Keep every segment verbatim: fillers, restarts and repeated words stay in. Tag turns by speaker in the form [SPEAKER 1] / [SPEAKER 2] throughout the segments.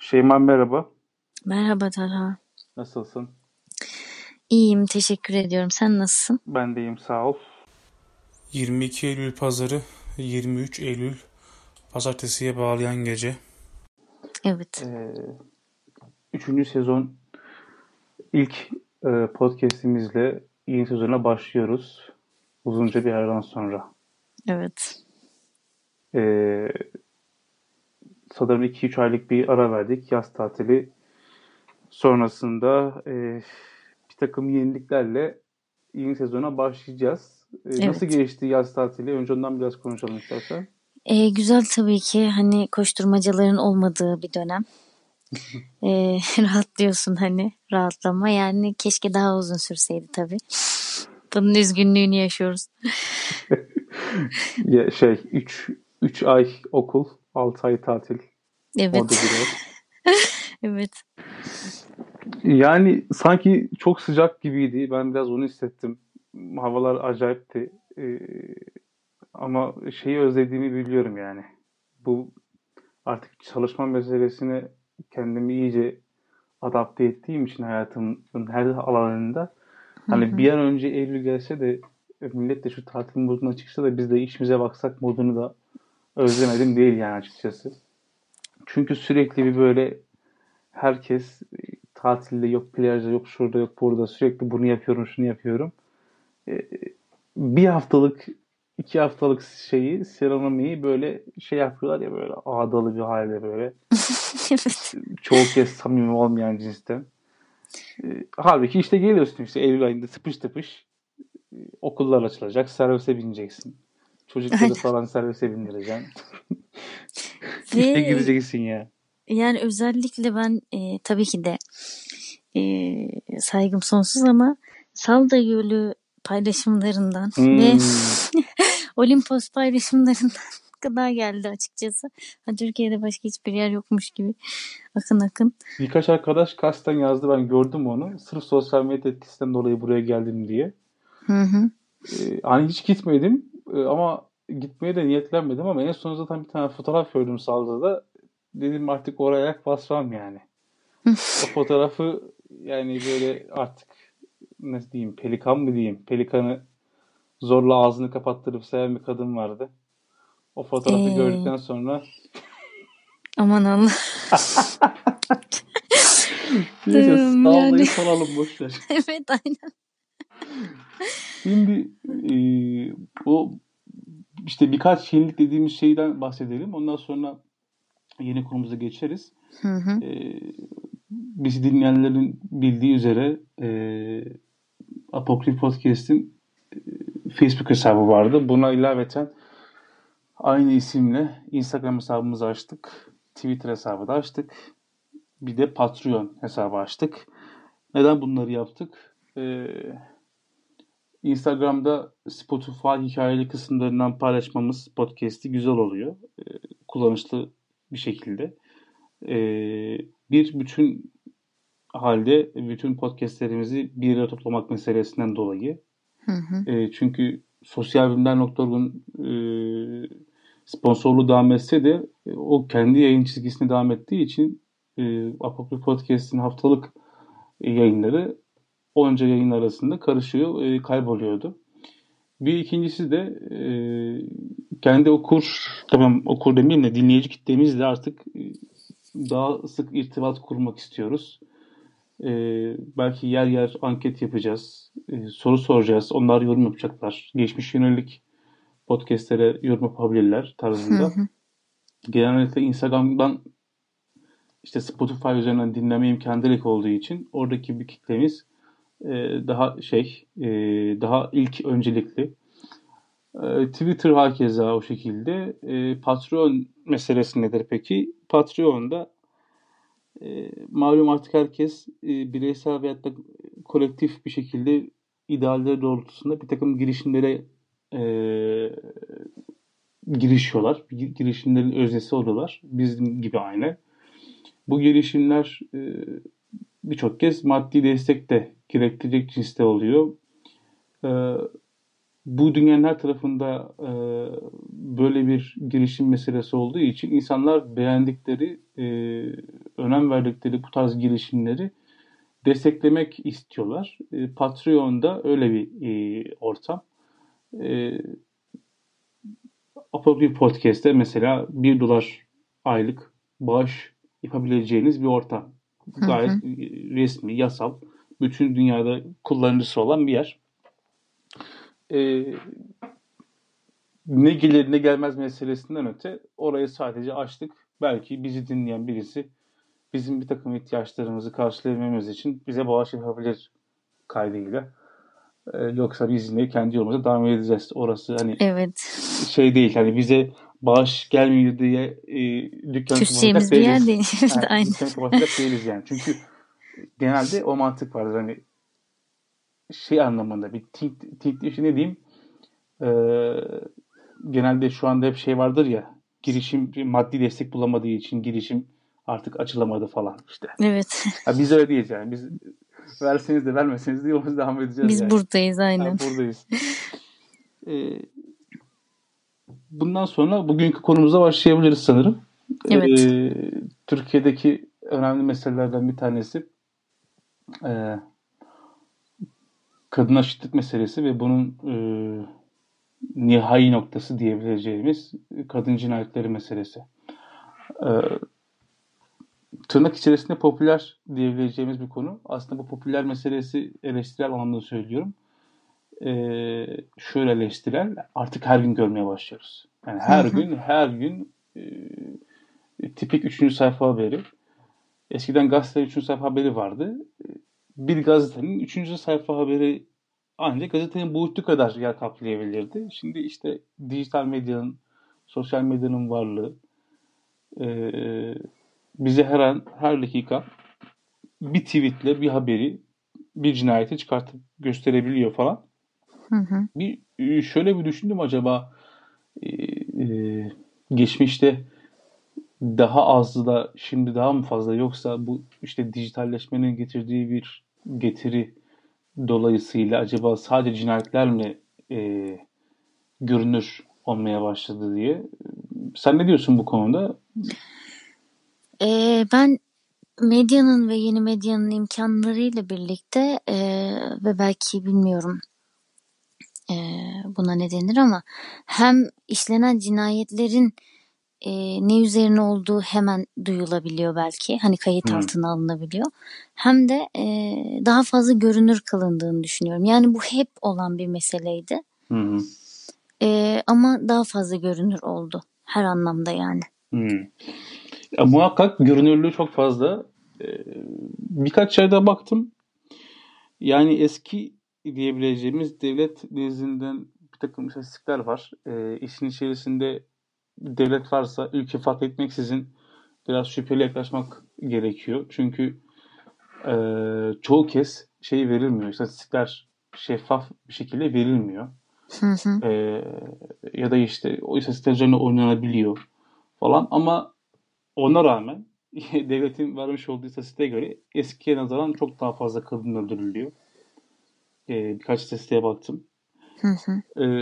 [SPEAKER 1] Şeyma merhaba.
[SPEAKER 2] Merhaba Talha.
[SPEAKER 1] Nasılsın?
[SPEAKER 2] İyiyim, teşekkür ediyorum. Sen nasılsın?
[SPEAKER 1] Ben de iyiyim sağ ol.
[SPEAKER 3] yirmi iki Eylül Pazarı, yirmi üç Eylül Pazartesiye bağlayan gece.
[SPEAKER 2] Evet.
[SPEAKER 1] Ee, üçüncü sezon ilk e, podcastimizle yeni sezona başlıyoruz. Uzunca bir aradan sonra.
[SPEAKER 2] Evet.
[SPEAKER 1] Ee, sanırım iki üç aylık bir ara verdik. Yaz tatili sonrasında e, bir takım yeniliklerle yeni sezona başlayacağız. Ee, nasıl
[SPEAKER 2] Evet.
[SPEAKER 1] geçti yaz tatili? Önce ondan biraz konuşalım istersen.
[SPEAKER 2] Ee, güzel tabii ki hani koşturmacaların olmadığı bir dönem. Ee, rahatlıyorsun hani rahatlama. Yani keşke daha uzun sürseydi tabii. Bunun üzgünlüğünü yaşıyoruz.
[SPEAKER 1] Ya şey üç üç ay okul, altı ay tatil. Orada
[SPEAKER 2] Evet.
[SPEAKER 1] biraz.
[SPEAKER 2] Evet.
[SPEAKER 1] Yani sanki çok sıcak gibiydi. Ben biraz onu hissettim. Havalar acayipti. Ee, ama şeyi özlediğimi biliyorum yani. Bu artık çalışma meselesine kendimi iyice adapte ettiğim için hayatımın her alanında.
[SPEAKER 2] Hı
[SPEAKER 1] Hani
[SPEAKER 2] hı.
[SPEAKER 1] bir an önce Eylül gelse de millet de şu tatil moduna çıksa da biz de işimize baksak modunu da özlemedim değil yani açıkçası. Çünkü sürekli bir böyle herkes e, tatilde yok plajda yok şurada yok burada sürekli bunu yapıyorum şunu yapıyorum. E, bir haftalık iki haftalık şeyi serenomiyi böyle şey yapıyorlar ya böyle ağdalı bir halde böyle.
[SPEAKER 2] Evet.
[SPEAKER 1] Çoğu kez samimi olmayan cinsten. E, halbuki işte geliyorsun işte Eylül ayında tıpış tıpış e, okullar açılacak servise bineceksin. Çocukları
[SPEAKER 2] Aynen.
[SPEAKER 1] falan servise bindireceksin. İşe
[SPEAKER 2] Ve
[SPEAKER 1] gideceksin ya.
[SPEAKER 2] yani özellikle ben e, tabii ki de e, saygım sonsuz ama Salda Gölü paylaşımlarından ve
[SPEAKER 1] Hmm.
[SPEAKER 2] Olimpos paylaşımlarından gıda geldi açıkçası. Ha, Türkiye'de başka hiçbir yer yokmuş gibi akın akın.
[SPEAKER 1] Birkaç arkadaş kasten yazdı ben gördüm onu. Sırf sosyal medya etkisinden dolayı buraya geldim diye.
[SPEAKER 2] Hı hı.
[SPEAKER 1] Ee, hani hiç gitmedim Ee, ama gitmeye de niyetlenmedim ama en son zaten bir tane fotoğraf gördüm Salda'da. Dedim artık oraya ayak basmam yani. O fotoğrafı yani böyle artık nasıl diyeyim pelikan mı diyeyim pelikanı zorla ağzını kapattırıp seven bir kadın vardı. O fotoğrafı
[SPEAKER 2] Ee,
[SPEAKER 1] gördükten sonra
[SPEAKER 2] aman Allah.
[SPEAKER 1] neyse
[SPEAKER 2] Yani
[SPEAKER 1] Salda'yı salalım boş ver.
[SPEAKER 2] evet aynen.
[SPEAKER 1] Şimdi e, o işte birkaç yenilik dediğimiz şeyden bahsedelim. Ondan sonra yeni konumuza geçeriz.
[SPEAKER 2] Hı hı.
[SPEAKER 1] E, bizi dinleyenlerin bildiği üzere e, Apokrif Podcast'in e, Facebook hesabı vardı. Buna ilaveten aynı isimle Instagram hesabımızı açtık. Twitter hesabı da açtık. Bir de Patreon hesabı açtık. Neden bunları yaptık? Ee, Instagram'da Spotify hikayeli kısımlarından paylaşmamız podcast'i güzel oluyor. Ee, kullanışlı bir şekilde. Ee, bir bütün halde bütün podcastlerimizi bir yere toplamak meselesinden dolayı.
[SPEAKER 2] Hı hı.
[SPEAKER 1] Ee, çünkü sosyalbilimler nokta org'un e, sponsorluğu devam etse de e, o kendi yayın çizgisine devam ettiği için e, Apokrif Podcast'in haftalık e, yayınları onca yayın arasında karışıyor, e, kayboluyordu. Bir ikincisi de e, kendi okur, tamam okur demeyeyim de dinleyici kitlemizle artık e, daha sık irtibat kurmak istiyoruz. E, belki yer yer anket yapacağız, e, soru soracağız, onlar yorum yapacaklar. Geçmiş yönelik podcastlere yorum yapabilirler
[SPEAKER 2] Hı
[SPEAKER 1] tarzında.
[SPEAKER 2] hı.
[SPEAKER 1] Genellikle Instagram'dan işte Spotify üzerinden dinleme imkanı direkt olduğu için oradaki bir kitlemiz e, daha şey, e, daha ilk öncelikli. E, Twitter hakeza o şekilde. E, Patreon meselesi nedir peki? Patreon'da e, malum artık herkes e, bireysel veyahut da kolektif bir şekilde idealleri doğrultusunda bir takım girişimlere e, girişiyorlar. Girişimlerin öznesi oluyorlar. Bizim gibi aynı. Bu girişimler e, birçok kez maddi destek de gerektirecek cinste oluyor. E, bu dünyanın her tarafında e, böyle bir girişim meselesi olduğu için insanlar beğendikleri e, önem verdikleri bu tarz girişimleri desteklemek istiyorlar. E, Patreon'da öyle bir e, ortam. E, Apokrife Podcast'te mesela bir dolar aylık bağış yapabileceğiniz bir ortam.
[SPEAKER 2] Hı
[SPEAKER 1] Gayet
[SPEAKER 2] hı.
[SPEAKER 1] e, resmi, yasal. Bütün dünyada kullanıcısı olan bir yer. E, ne gelir ne gelmez meselesinden öte orayı sadece açtık. Belki bizi dinleyen birisi bizim bir takım ihtiyaçlarımızı karşılayabilmemiz için bize bağış yapabilir kaydıyla. Ee, yoksa biz yine kendi yolumuza devam edeceğiz. Orası hani
[SPEAKER 2] Evet.
[SPEAKER 1] şey değil, hani bize bağış gelmiyor diye e, dükkanı kapatacak
[SPEAKER 2] Küseceğimiz bir yer
[SPEAKER 1] değiliz.
[SPEAKER 2] değil.
[SPEAKER 1] Yani
[SPEAKER 2] Aynen.
[SPEAKER 1] dükkanı kapatacak değiliz yani. Çünkü genelde o mantık vardır. Hani şey anlamında bir think, think şey ne diyeyim, e, genelde şu anda hep şey vardır ya, girişim maddi destek bulamadığı için girişim artık açılamadı falan işte.
[SPEAKER 2] Evet.
[SPEAKER 1] Ha, biz öyle değiliz yani. Biz verseniz de vermeseniz de yolumuza devam edeceğiz
[SPEAKER 2] Biz
[SPEAKER 1] yani.
[SPEAKER 2] buradayız aynen.
[SPEAKER 1] Ha, buradayız. Ee, bundan sonra bugünkü konumuza başlayabiliriz sanırım.
[SPEAKER 2] Evet.
[SPEAKER 1] Ee, Türkiye'deki önemli meselelerden bir tanesi e, kadına şiddet meselesi ve bunun e, nihai noktası diyebileceğimiz kadın cinayetleri meselesi. Ee, tırnak içerisinde popüler diyebileceğimiz bir konu. Aslında bu popüler meselesi eleştirel anlamda söylüyorum. Ee, şöyle eleştirel, artık her gün görmeye başlıyoruz. Yani her
[SPEAKER 2] Hı hı.
[SPEAKER 1] gün her gün e, tipik üçüncü sayfa haberi. Eskiden gazetenin üçüncü sayfa haberi vardı. Bir gazetenin üçüncü sayfa haberi ancak gazetenin boyutu kadar yer kaplayabilirdi. Şimdi işte dijital medyanın, sosyal medyanın varlığı e, bize her an, her dakika bir tweetle bir haberi, bir cinayeti çıkartıp gösterebiliyor falan.
[SPEAKER 2] Hı hı.
[SPEAKER 1] Bir şöyle bir düşündüm, acaba e, e, geçmişte daha azdı da şimdi daha mı fazla, yoksa bu işte dijitalleşmenin getirdiği bir getiri dolayısıyla acaba sadece cinayetler mi e, görünür olmaya başladı diye. Sen ne diyorsun bu konuda?
[SPEAKER 2] Ee, ben medyanın ve yeni medyanın imkanlarıyla birlikte e, ve belki bilmiyorum e, buna ne denir ama hem işlenen cinayetlerin e, ne üzerine olduğu hemen duyulabiliyor belki. Hani kayıt
[SPEAKER 1] Hmm.
[SPEAKER 2] altına alınabiliyor. Hem de e, daha fazla görünür kılındığını düşünüyorum. Yani bu hep olan bir meseleydi.
[SPEAKER 1] Hı
[SPEAKER 2] E, ama daha fazla görünür oldu. Her anlamda yani.
[SPEAKER 1] hı. Ya, muhakkak görünürlüğü çok fazla. Ee, birkaç yerde baktım. Yani eski diyebileceğimiz devlet nezdinde bir takım istatistikler var. Ee, işin içerisinde devlet varsa ülke fark etmeksizin biraz şüpheli yaklaşmak gerekiyor. Çünkü e, çoğu kez şey verilmiyor. İstatistikler şeffaf bir şekilde verilmiyor.
[SPEAKER 2] Hı hı.
[SPEAKER 1] E, ya da işte o istatistikler üzerine oynanabiliyor falan. Ama ona rağmen devletin vermiş olduğu istatistiğe göre eskiye nazaran çok daha fazla kadın öldürülüyor. E, birkaç istatistiğe baktım.
[SPEAKER 2] Hı hı.
[SPEAKER 1] E,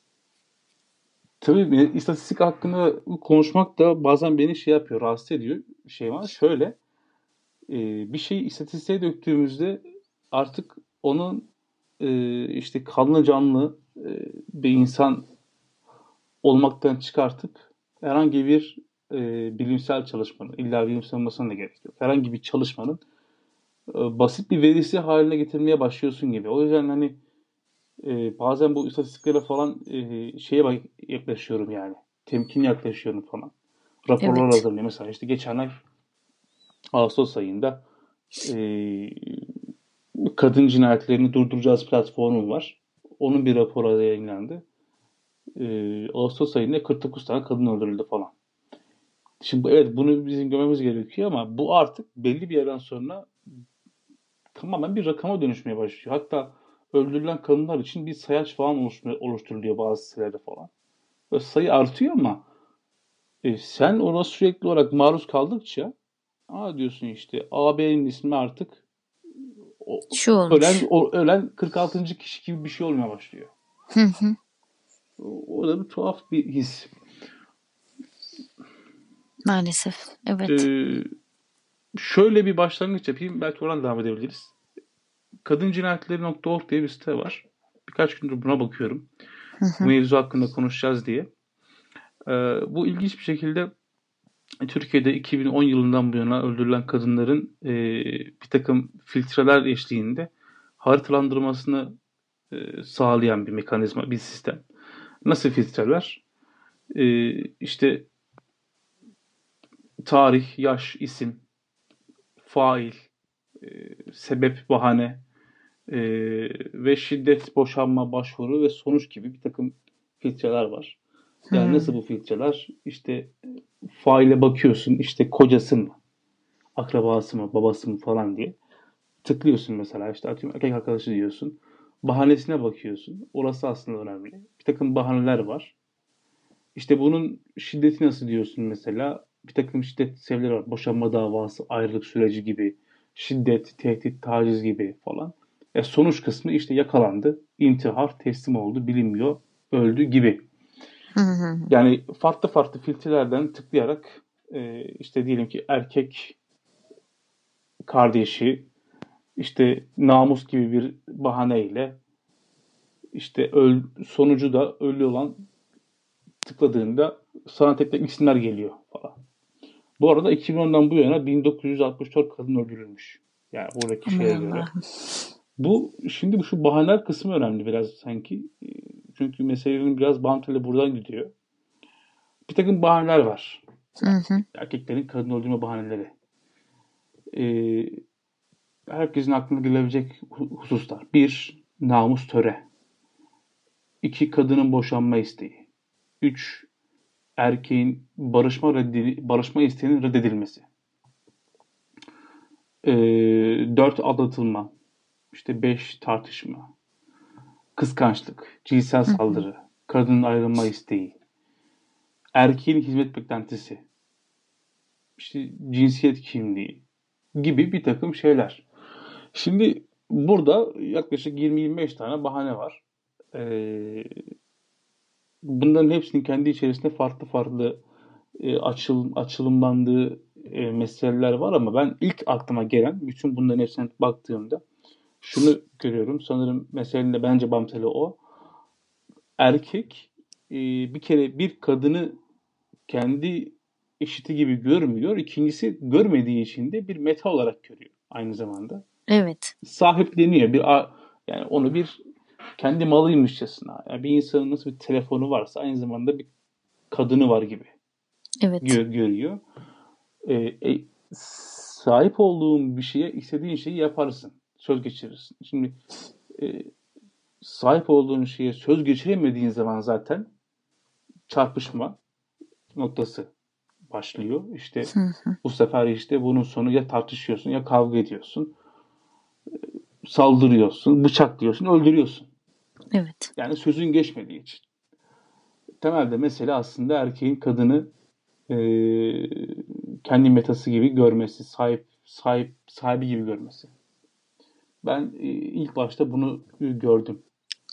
[SPEAKER 1] tabii istatistik hakkında konuşmak da bazen beni şey yapıyor, rahatsız ediyor. Şey var, şöyle e, bir şeyi istatistiğe döktüğümüzde artık onun e, işte kanlı canlı e, bir insan olmaktan çıkartıp herhangi bir e, bilimsel çalışmanın, illa bilimsel olmasına da gerek yok, herhangi bir çalışmanın e, basit bir verisi haline getirmeye başlıyorsun gibi. O yüzden hani e, bazen bu istatistiklere falan e, şeye bak, yaklaşıyorum yani. Temkinli yaklaşıyorum falan. Raporlar
[SPEAKER 2] Evet.
[SPEAKER 1] hazırlıyor. Mesela işte geçen ay Ağustos ayında e, kadın cinayetlerini durduracağız platformu var. Onun bir raporu yayınlandı. Ee, Ağustos ayında kırk dokuz tane kadın öldürüldü falan. Şimdi evet, bunu bizim görmemiz gerekiyor ama bu artık belli bir yerden sonra tamamen bir rakama dönüşmeye başlıyor. Hatta öldürülen kadınlar için bir sayaç falan oluşturuluyor bazı sitelerde falan. Ve sayı artıyor ama e, sen ona sürekli olarak maruz kaldıkça, aa diyorsun işte A B'nin ismi artık o,
[SPEAKER 2] Şu
[SPEAKER 1] ölen
[SPEAKER 2] olmuş.
[SPEAKER 1] o, ölen kırk altıncı kişi gibi bir şey olmaya başlıyor.
[SPEAKER 2] Hı hı.
[SPEAKER 1] O, o da bir tuhaf bir his.
[SPEAKER 2] Maalesef. Evet.
[SPEAKER 1] Ee, şöyle bir başlangıç yapayım. Belki oradan devam edebiliriz. kadın cinayetleri nokta org diye bir site var. Birkaç gündür buna bakıyorum.
[SPEAKER 2] Hı
[SPEAKER 1] Bu
[SPEAKER 2] hı.
[SPEAKER 1] mevzu hakkında konuşacağız diye. Ee, bu ilginç bir şekilde Türkiye'de iki bin on yılından bu yana öldürülen kadınların e, bir takım filtreler eşliğinde haritalandırmasını e, sağlayan bir mekanizma, bir sistem. Nasıl filtreler? E, işte tarih, yaş, isim, fail, e, sebep, bahane e, ve şiddet, boşanma, başvuru ve sonuç gibi bir takım filtreler var. Yani
[SPEAKER 2] Hmm.
[SPEAKER 1] nasıl bu filtreler? İşte faile bakıyorsun, işte kocası mı, akrabası mı, babası mı falan diye. Tıklıyorsun mesela, işte atıyorum erkek arkadaşı diyorsun. Bahanesine bakıyorsun. Orası aslında önemli. Bir takım bahaneler var. İşte bunun şiddeti nasıl diyorsun mesela? Bir takım şiddet seviyeleri var. Boşanma davası, ayrılık süreci gibi. Şiddet, tehdit, taciz gibi falan. E sonuç kısmı işte yakalandı, intihar, teslim oldu, bilinmiyor, öldü gibi.
[SPEAKER 2] Hı hı.
[SPEAKER 1] Yani farklı farklı filtrelerden tıklayarak e, işte diyelim ki erkek kardeşi işte namus gibi bir bahaneyle işte öl, sonucu da ölü olan tıkladığında sana tek tek isimler geliyor falan. Bu arada iki bin ondan bu yana bin dokuz yüz altmış dört kadın öldürülmüş. Yani buradaki
[SPEAKER 2] Aman
[SPEAKER 1] şeye göre.
[SPEAKER 2] Allah'ım.
[SPEAKER 1] Bu şimdi bu şu bahaneler kısmı önemli biraz sanki. Çünkü meselenin biraz bantıyla buradan gidiyor. Bir takım bahaneler var.
[SPEAKER 2] Hı hı.
[SPEAKER 1] Erkeklerin kadın öldürme bahaneleri. Ee, herkesin aklına gelebilecek hususlar. Bir, namus töre. İki, kadının boşanma isteği. Üç, erkeğin barışma reddi, barışma isteğinin reddedilmesi. Ee, dört, aldatılma. İşte beş, tartışma. Kıskançlık, cinsel
[SPEAKER 2] Hı hı.
[SPEAKER 1] saldırı, kadının ayrılma isteği, erkeğin hizmet beklentisi, işte cinsiyet kimliği gibi bir takım şeyler. Şimdi burada yaklaşık yirmi yirmi beş tane bahane var. Ee, bunların hepsinin kendi içerisinde farklı farklı e, açıl, açılımlandığı e, meseleler var ama ben ilk aklıma gelen bütün bunların hepsine baktığımda şunu görüyorum. Sanırım meselenin de bence bamteli o. Erkek e, bir kere bir kadını kendi eşiti gibi görmüyor. İkincisi görmediği için de bir meta olarak görüyor aynı zamanda.
[SPEAKER 2] Evet.
[SPEAKER 1] Sahipleniyor. Bir yani onu bir kendi malıymışçasına. Yani bir insanın nasıl bir telefonu varsa aynı zamanda bir kadını var gibi
[SPEAKER 2] Evet.
[SPEAKER 1] gö- görüyor. E, e, sahip olduğun bir şeye istediğin şeyi yaparsın. Söz geçirirsin. Şimdi e, sahip olduğun şeye söz geçiremediğin zaman zaten çarpışma noktası başlıyor. İşte
[SPEAKER 2] Hı hı.
[SPEAKER 1] bu sefer işte bunun sonu ya tartışıyorsun ya kavga ediyorsun. Saldırıyorsun, bıçaklıyorsun, öldürüyorsun.
[SPEAKER 2] Evet.
[SPEAKER 1] Yani sözün geçmediği için. Temelde mesele aslında erkeğin kadını e, kendi metası gibi görmesi, sahip sahip sahibi gibi görmesi. Ben e, ilk başta bunu gördüm.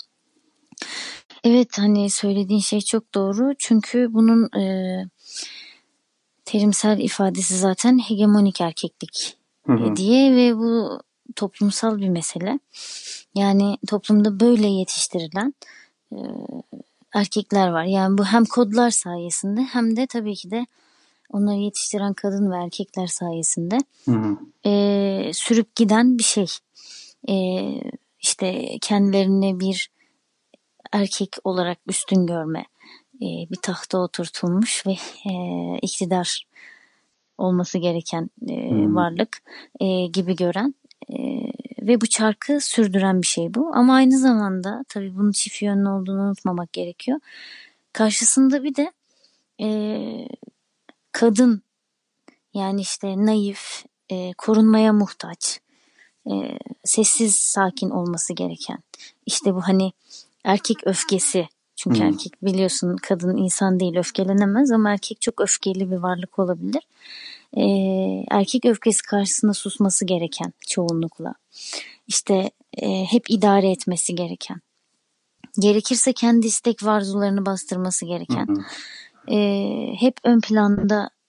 [SPEAKER 2] Evet, hani söylediğin şey çok doğru. Çünkü bunun e, terimsel ifadesi zaten hegemonik erkeklik
[SPEAKER 1] Hı hı.
[SPEAKER 2] e, diye ve bu toplumsal bir mesele. Yani toplumda böyle yetiştirilen e, erkekler var. Yani bu hem kodlar sayesinde hem de tabii ki de onları yetiştiren kadın ve erkekler sayesinde
[SPEAKER 1] Hı hı.
[SPEAKER 2] e, sürüp giden bir şey. E, işte kendilerini bir erkek olarak üstün görme, e, bir tahta oturtulmuş ve e, iktidar olması gereken e,
[SPEAKER 1] Hı.
[SPEAKER 2] varlık e, gibi gören e, ve bu çarkı sürdüren bir şey bu. Ama aynı zamanda tabii bunun çift yönlü olduğunu unutmamak gerekiyor. Karşısında bir de e, kadın, yani işte naif, e, korunmaya muhtaç, e, sessiz sakin olması gereken. İşte bu hani erkek öfkesi. Çünkü
[SPEAKER 1] Hı.
[SPEAKER 2] erkek biliyorsun kadın insan değil, öfkelenemez ama erkek çok öfkeli bir varlık olabilir. Ee, erkek öfkesi karşısında susması gereken çoğunlukla. İşte e, hep idare etmesi gereken. Gerekirse kendi istek ve arzularını bastırması
[SPEAKER 1] Hı
[SPEAKER 2] gereken.
[SPEAKER 1] hı.
[SPEAKER 2] E, hep ön planda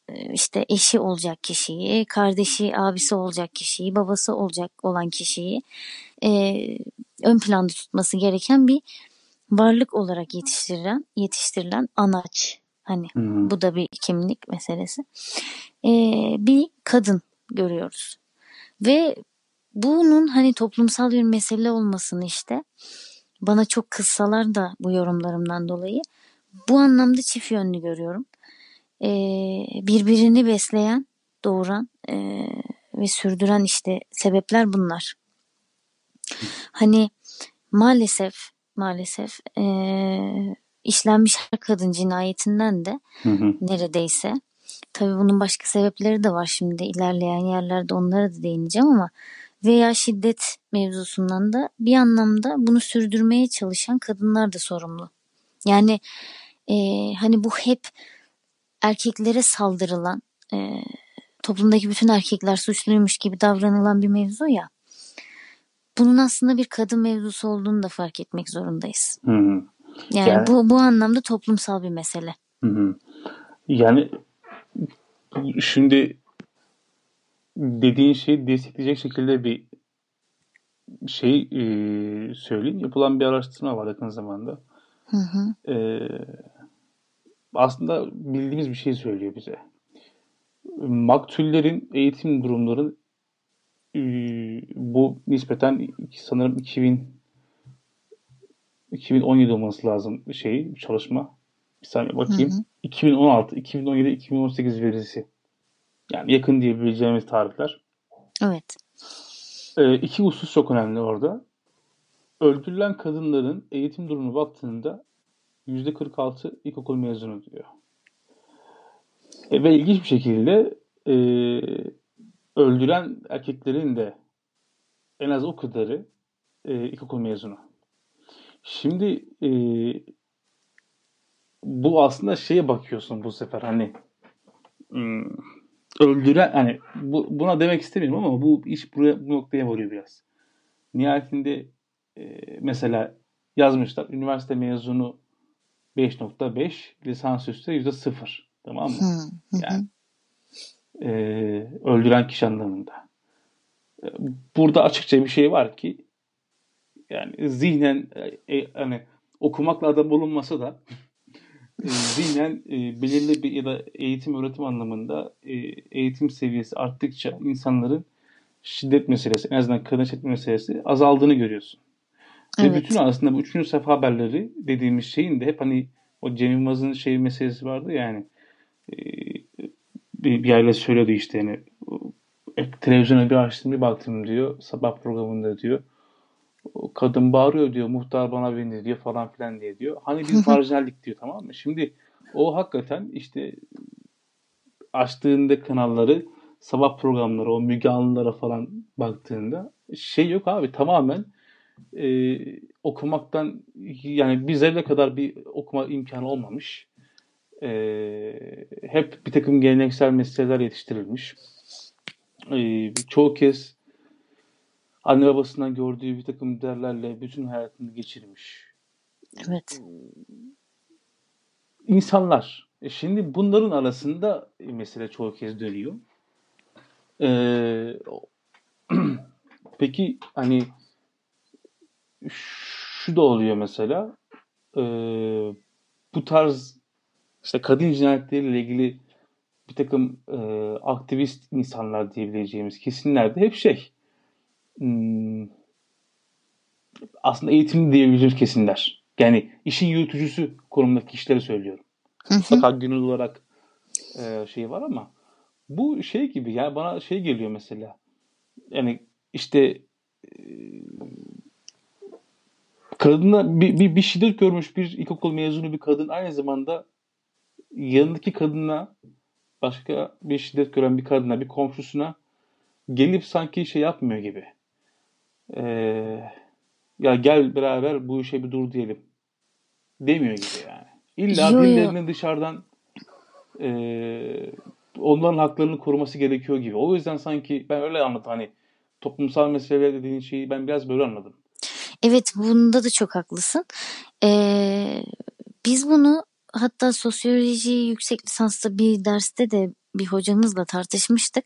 [SPEAKER 2] işte eşi olacak kişiyi, kardeşi, abisi olacak kişiyi, babası olacak olan kişiyi e, ön planda tutması gereken bir varlık olarak yetiştirilen, yetiştirilen anaç. Hani
[SPEAKER 1] Hı hı.
[SPEAKER 2] bu da bir kimlik meselesi. E, bir kadın görüyoruz. Ve bunun hani toplumsal bir mesele olmasını işte bana çok kızsalar da bu yorumlarımdan dolayı bu anlamda çift yönlü görüyorum. Ee, birbirini besleyen, doğuran e, ve sürdüren işte sebepler bunlar. Hani maalesef maalesef e, işlenmiş her kadın cinayetinden de
[SPEAKER 1] Hı hı.
[SPEAKER 2] neredeyse, tabii bunun başka sebepleri de var, şimdi ilerleyen yerlerde onlara da değineceğim ama veya şiddet mevzusundan da bir anlamda bunu sürdürmeye çalışan kadınlar da sorumlu. Yani e, hani bu hep erkeklere saldırılan, e, toplumdaki bütün erkekler suçluymuş gibi davranılan bir mevzu ya. Bunun aslında bir kadın mevzusu olduğunu da fark etmek zorundayız.
[SPEAKER 1] Hı hı.
[SPEAKER 2] Yani,
[SPEAKER 1] Yani
[SPEAKER 2] bu bu anlamda toplumsal bir mesele.
[SPEAKER 1] hı hı. Yani şimdi dediğin şeyi destekleyecek şekilde bir şey e, söyleyeyim. Yapılan bir araştırma var yakın zamanda.
[SPEAKER 2] Hı hı.
[SPEAKER 1] E, aslında bildiğimiz bir şey söylüyor bize. Maktullerin eğitim durumları e, bu nispeten sanırım iki bin iki bin on yedi olması lazım şey çalışma. Bir saniye
[SPEAKER 2] Hı
[SPEAKER 1] bakayım.
[SPEAKER 2] hı.
[SPEAKER 1] iki bin on altı, iki bin on yedi, iki bin on sekiz verisi. Yani yakın diyebileceğimiz tarihler.
[SPEAKER 2] Evet.
[SPEAKER 1] E, iki husus çok önemli orada. Öldürülen kadınların eğitim durumuna baktığında yüzde kırk altı ilkokul mezunu diyor. E, ve ilginç bir şekilde e, öldüren erkeklerin de en az o kadarı e, ilkokul mezunu. Şimdi e, bu aslında şeye bakıyorsun bu sefer hani hmm, öldüren hani bu, buna demek istemiyorum ama bu iş buraya bu noktaya varıyor biraz. Nihayetinde e, mesela yazmışlar üniversite mezunu beş nokta beş, lisansüstü yüzde sıfır. Tamam
[SPEAKER 2] Hı
[SPEAKER 1] mı?
[SPEAKER 2] hı.
[SPEAKER 1] Yani
[SPEAKER 2] Hı.
[SPEAKER 1] e, öldüren kişi anlamında. E, Burada açıkça bir şey var ki yani zihnen e, e, hani okumakla adam olunmasa da e, zihnen e, belirli bir ya da eğitim öğretim anlamında e, eğitim seviyesi arttıkça insanların şiddet meselesi, en azından kadın şiddet meselesi azaldığını görüyorsun. Ve bütün
[SPEAKER 2] Evet.
[SPEAKER 1] aslında bu üçüncü sayfa haberleri dediğimiz şeyin de hep hani o Cem Yılmaz'ın şey meselesi vardı yani e, bir, bir yerle söylüyordu işte yani e, televizyona bir açtım bir baktım diyor sabah programında diyor o kadın bağırıyor diyor muhtar bana bindi diyor falan filan diye diyor. Hani biz marjinallik diyor tamam mı? Şimdi o hakikaten işte açtığında kanalları sabah programları o Müge Anlılara falan baktığında şey yok abi tamamen e, okumaktan yani bir zerre kadar bir okuma imkanı olmamış. E, hep bir takım geleneksel meseleler yetiştirilmiş. E, çoğu kez anne babasından gördüğü bir takım değerlerle bütün hayatını geçirmiş.
[SPEAKER 2] Evet.
[SPEAKER 1] İnsanlar. E şimdi bunların arasında e, mesele çoğu kez dönüyor. Ee, peki hani şu da oluyor mesela. Ee, bu tarz işte kadın cinayetleriyle ilgili bir takım e, aktivist insanlar diyebileceğimiz kesimlerde hep şey hmm, aslında eğitimli diyebileceğimiz kesimler. Yani işin yürütücüsü konumdaki kişileri söylüyorum.
[SPEAKER 2] Hı hı.
[SPEAKER 1] Mutlaka gönül olarak e, şey var ama bu şey gibi ya bana şey geliyor mesela. Yani işte e, kadına bir, bir, bir şiddet görmüş bir ilkokul mezunu bir kadın aynı zamanda yanındaki kadına başka bir şiddet gören bir kadına bir komşusuna gelip sanki şey yapmıyor gibi. Ee, ya gel beraber bu işe bir dur diyelim demiyor gibi yani. İlla
[SPEAKER 2] Yo yo.
[SPEAKER 1] birilerinin dışarıdan e, onların haklarını koruması gerekiyor gibi. O yüzden sanki ben öyle anladım hani toplumsal meseleler dediğin şeyi ben biraz böyle anladım.
[SPEAKER 2] Evet, bunda da çok haklısın. Ee, biz bunu hatta sosyoloji yüksek lisansta bir derste de bir hocamızla tartışmıştık.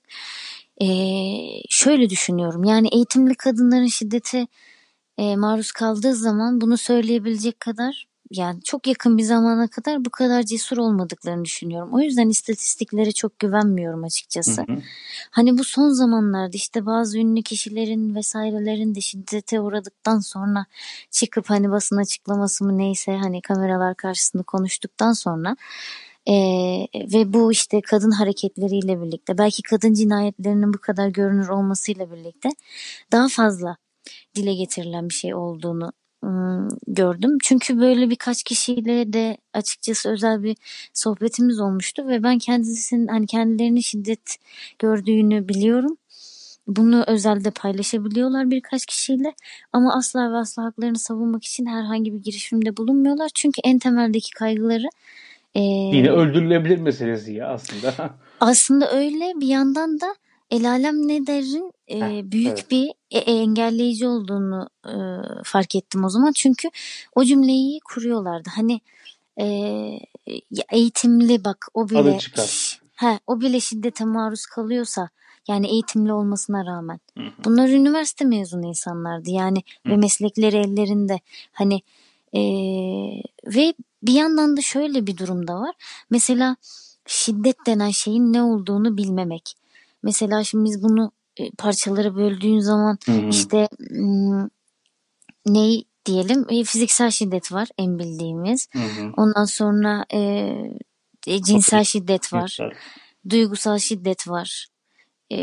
[SPEAKER 2] Ee, şöyle düşünüyorum. Yani eğitimli kadınların şiddete e, maruz kaldığı zaman bunu söyleyebilecek kadar, yani çok yakın bir zamana kadar bu kadar cesur olmadıklarını düşünüyorum. O yüzden istatistiklere çok güvenmiyorum açıkçası.
[SPEAKER 1] Hı hı.
[SPEAKER 2] Hani bu son zamanlarda işte bazı ünlü kişilerin vesairelerin de şiddete uğradıktan sonra çıkıp hani basın açıklaması mı neyse hani kameralar karşısında konuştuktan sonra e, ve bu işte kadın hareketleriyle birlikte belki kadın cinayetlerinin bu kadar görünür olmasıyla birlikte daha fazla dile getirilen bir şey olduğunu ım, gördüm. Çünkü böyle birkaç kişiyle de açıkçası özel bir sohbetimiz olmuştu ve ben kendisinin hani kendilerinin şiddet gördüğünü biliyorum. Bunu özelde paylaşabiliyorlar birkaç kişiyle ama asla ve asla haklarını savunmak için herhangi bir girişimde bulunmuyorlar. Çünkü en temeldeki kaygıları
[SPEAKER 1] Yine
[SPEAKER 2] eee,
[SPEAKER 1] öldürülebilir meselesi ya aslında.
[SPEAKER 2] aslında öyle, bir yandan da el alem ne derin
[SPEAKER 1] Heh,
[SPEAKER 2] e, büyük
[SPEAKER 1] evet.
[SPEAKER 2] bir e- engelleyici olduğunu e, fark ettim o zaman. Çünkü o cümleyi kuruyorlardı. Hani e, ya eğitimli bak o
[SPEAKER 1] Adı
[SPEAKER 2] bile
[SPEAKER 1] çıkar.
[SPEAKER 2] he, o bile şiddete maruz kalıyorsa yani eğitimli olmasına rağmen.
[SPEAKER 1] Hı hı.
[SPEAKER 2] Bunlar üniversite mezunu insanlardı yani
[SPEAKER 1] Hı.
[SPEAKER 2] ve meslekleri ellerinde. Hani e, ve bir yandan da şöyle bir durum da var. Mesela şiddet denen şeyin ne olduğunu bilmemek. Mesela şimdi biz bunu e, parçalara böldüğün zaman
[SPEAKER 1] Hı hı.
[SPEAKER 2] işte m, ne diyelim e, fiziksel şiddet var en bildiğimiz.
[SPEAKER 1] Hı hı.
[SPEAKER 2] Ondan sonra e, e, cinsel şiddet var.
[SPEAKER 1] Cinsel.
[SPEAKER 2] Duygusal şiddet var. E,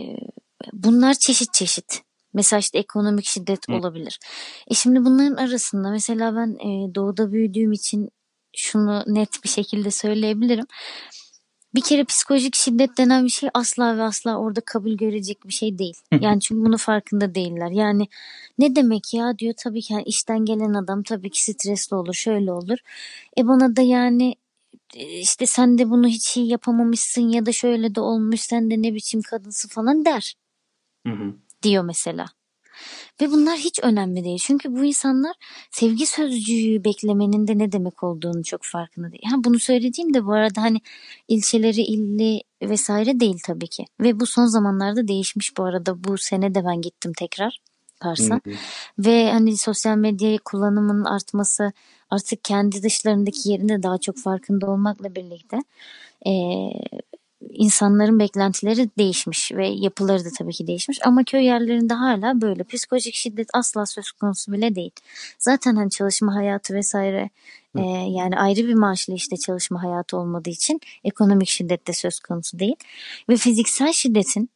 [SPEAKER 2] bunlar çeşit çeşit. Mesela işte ekonomik şiddet
[SPEAKER 1] Hı.
[SPEAKER 2] olabilir. E şimdi bunların arasında mesela ben e, doğuda büyüdüğüm için şunu net bir şekilde söyleyebilirim. Bir kere psikolojik şiddet denen bir şey asla ve asla orada kabul görecek bir şey değil. Yani çünkü bunun farkında değiller. Yani ne demek ya diyor, tabii ki yani işten gelen adam tabii ki stresli olur, şöyle olur. E bana da yani e, işte sen de bunu hiç iyi yapamamışsın ya da şöyle de olmuş, sen de ne biçim kadınsın falan der
[SPEAKER 1] Hı hı.
[SPEAKER 2] diyor mesela. Ve bunlar hiç önemli değil. Çünkü bu insanlar sevgi sözcüğü beklemenin de ne demek olduğunu çok farkında değil. Ha, bunu söylediğim de bu arada hani ilçeleri illi vesaire değil tabii ki. Ve bu son zamanlarda değişmiş bu arada. Bu sene de ben gittim tekrar Kars'a.
[SPEAKER 1] Hı hı.
[SPEAKER 2] Ve hani sosyal medya kullanımının artması, artık kendi dışlarındaki yerinde daha çok farkında olmakla birlikte eee insanların beklentileri değişmiş ve yapıları da tabii ki değişmiş. Ama köy yerlerinde hala böyle psikolojik şiddet asla söz konusu bile değil. Zaten hani çalışma hayatı vesaire e, yani ayrı bir maaşla işte çalışma hayatı olmadığı için ekonomik şiddet de söz konusu değil. Ve fiziksel şiddetin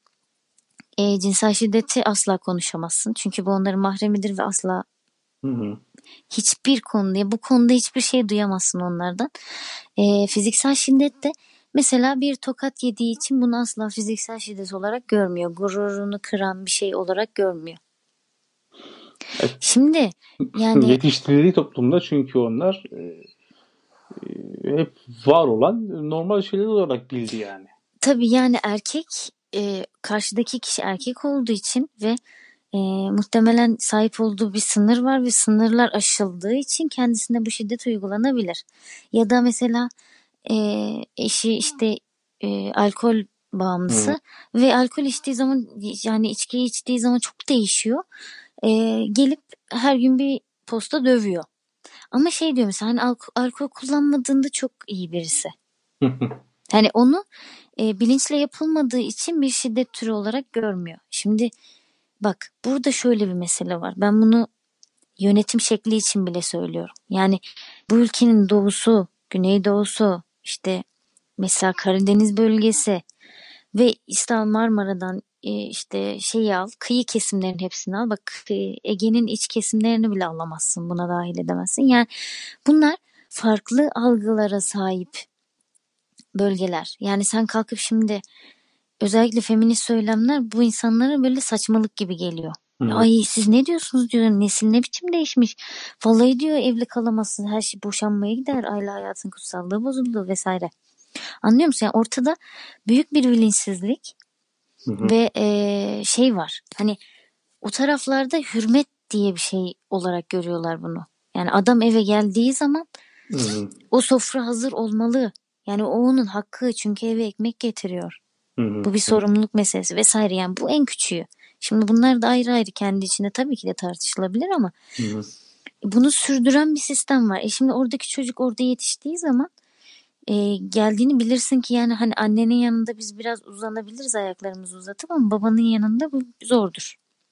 [SPEAKER 2] e, cinsel şiddeti asla konuşamazsın. Çünkü bu onların mahremidir ve asla
[SPEAKER 1] Hı hı.
[SPEAKER 2] hiçbir konuda, bu konuda hiçbir şey duyamazsın onlardan. E, fiziksel şiddette mesela bir tokat yediği için bunu asla fiziksel şiddet olarak görmüyor. Gururunu kıran bir şey olarak görmüyor.
[SPEAKER 1] Evet.
[SPEAKER 2] Şimdi yani
[SPEAKER 1] Yetiştirildiği toplumda çünkü onlar e, e, hep var olan normal şeyler olarak bildi yani.
[SPEAKER 2] tabii yani erkek e, karşıdaki kişi erkek olduğu için ve e, muhtemelen sahip olduğu bir sınır var ve sınırlar aşıldığı için kendisine bu şiddet uygulanabilir. Ya da mesela e, eşi işte e, alkol bağımlısı
[SPEAKER 1] Hı.
[SPEAKER 2] ve alkol içtiği zaman yani içki içtiği zaman çok değişiyor. E, gelip her gün bir posta dövüyor. Ama şey diyor mesela hani alko- alkol kullanmadığında çok iyi birisi. Hani onu e, bilinçle yapılmadığı için bir şiddet türü olarak görmüyor. Şimdi bak burada şöyle bir mesele var. Ben bunu yönetim şekli için bile söylüyorum. Yani bu ülkenin doğusu, güneydoğusu, işte mesela Karadeniz bölgesi ve İstanbul Marmara'dan e, işte şeyi al, kıyı kesimlerin hepsini al. Bak e, Ege'nin iç kesimlerini bile alamazsın, buna dahil edemezsin. Yani bunlar farklı algılara sahip bölgeler. Yani sen kalkıp şimdi özellikle feminist söylemler bu insanlara böyle saçmalık gibi geliyor.
[SPEAKER 1] Hı.
[SPEAKER 2] Ay siz ne diyorsunuz diyor. Nesil ne biçim değişmiş. Vallahi diyor evli kalamazsın. Her şey boşanmaya gider. Aile hayatın kutsallığı bozuldu vesaire. Anlıyor musun? Yani ortada büyük bir bilinçsizlik
[SPEAKER 1] Hı hı.
[SPEAKER 2] ve ee, şey var. Hani o taraflarda hürmet diye bir şey olarak görüyorlar bunu. Yani adam eve geldiği zaman
[SPEAKER 1] Hı hı.
[SPEAKER 2] o sofra hazır olmalı. Yani o onun hakkı, çünkü eve ekmek getiriyor.
[SPEAKER 1] Hı hı.
[SPEAKER 2] Bu bir sorumluluk meselesi vesaire, yani bu en küçüğü. Şimdi bunlar da ayrı ayrı kendi içinde tabii ki de tartışılabilir ama
[SPEAKER 1] Hı hı.
[SPEAKER 2] bunu sürdüren bir sistem var. E şimdi oradaki çocuk orada yetiştiği zaman e, geldiğini bilirsin ki yani hani annenin yanında biz biraz uzanabiliriz ayaklarımızı uzatıp, ama babanın yanında bu zordur.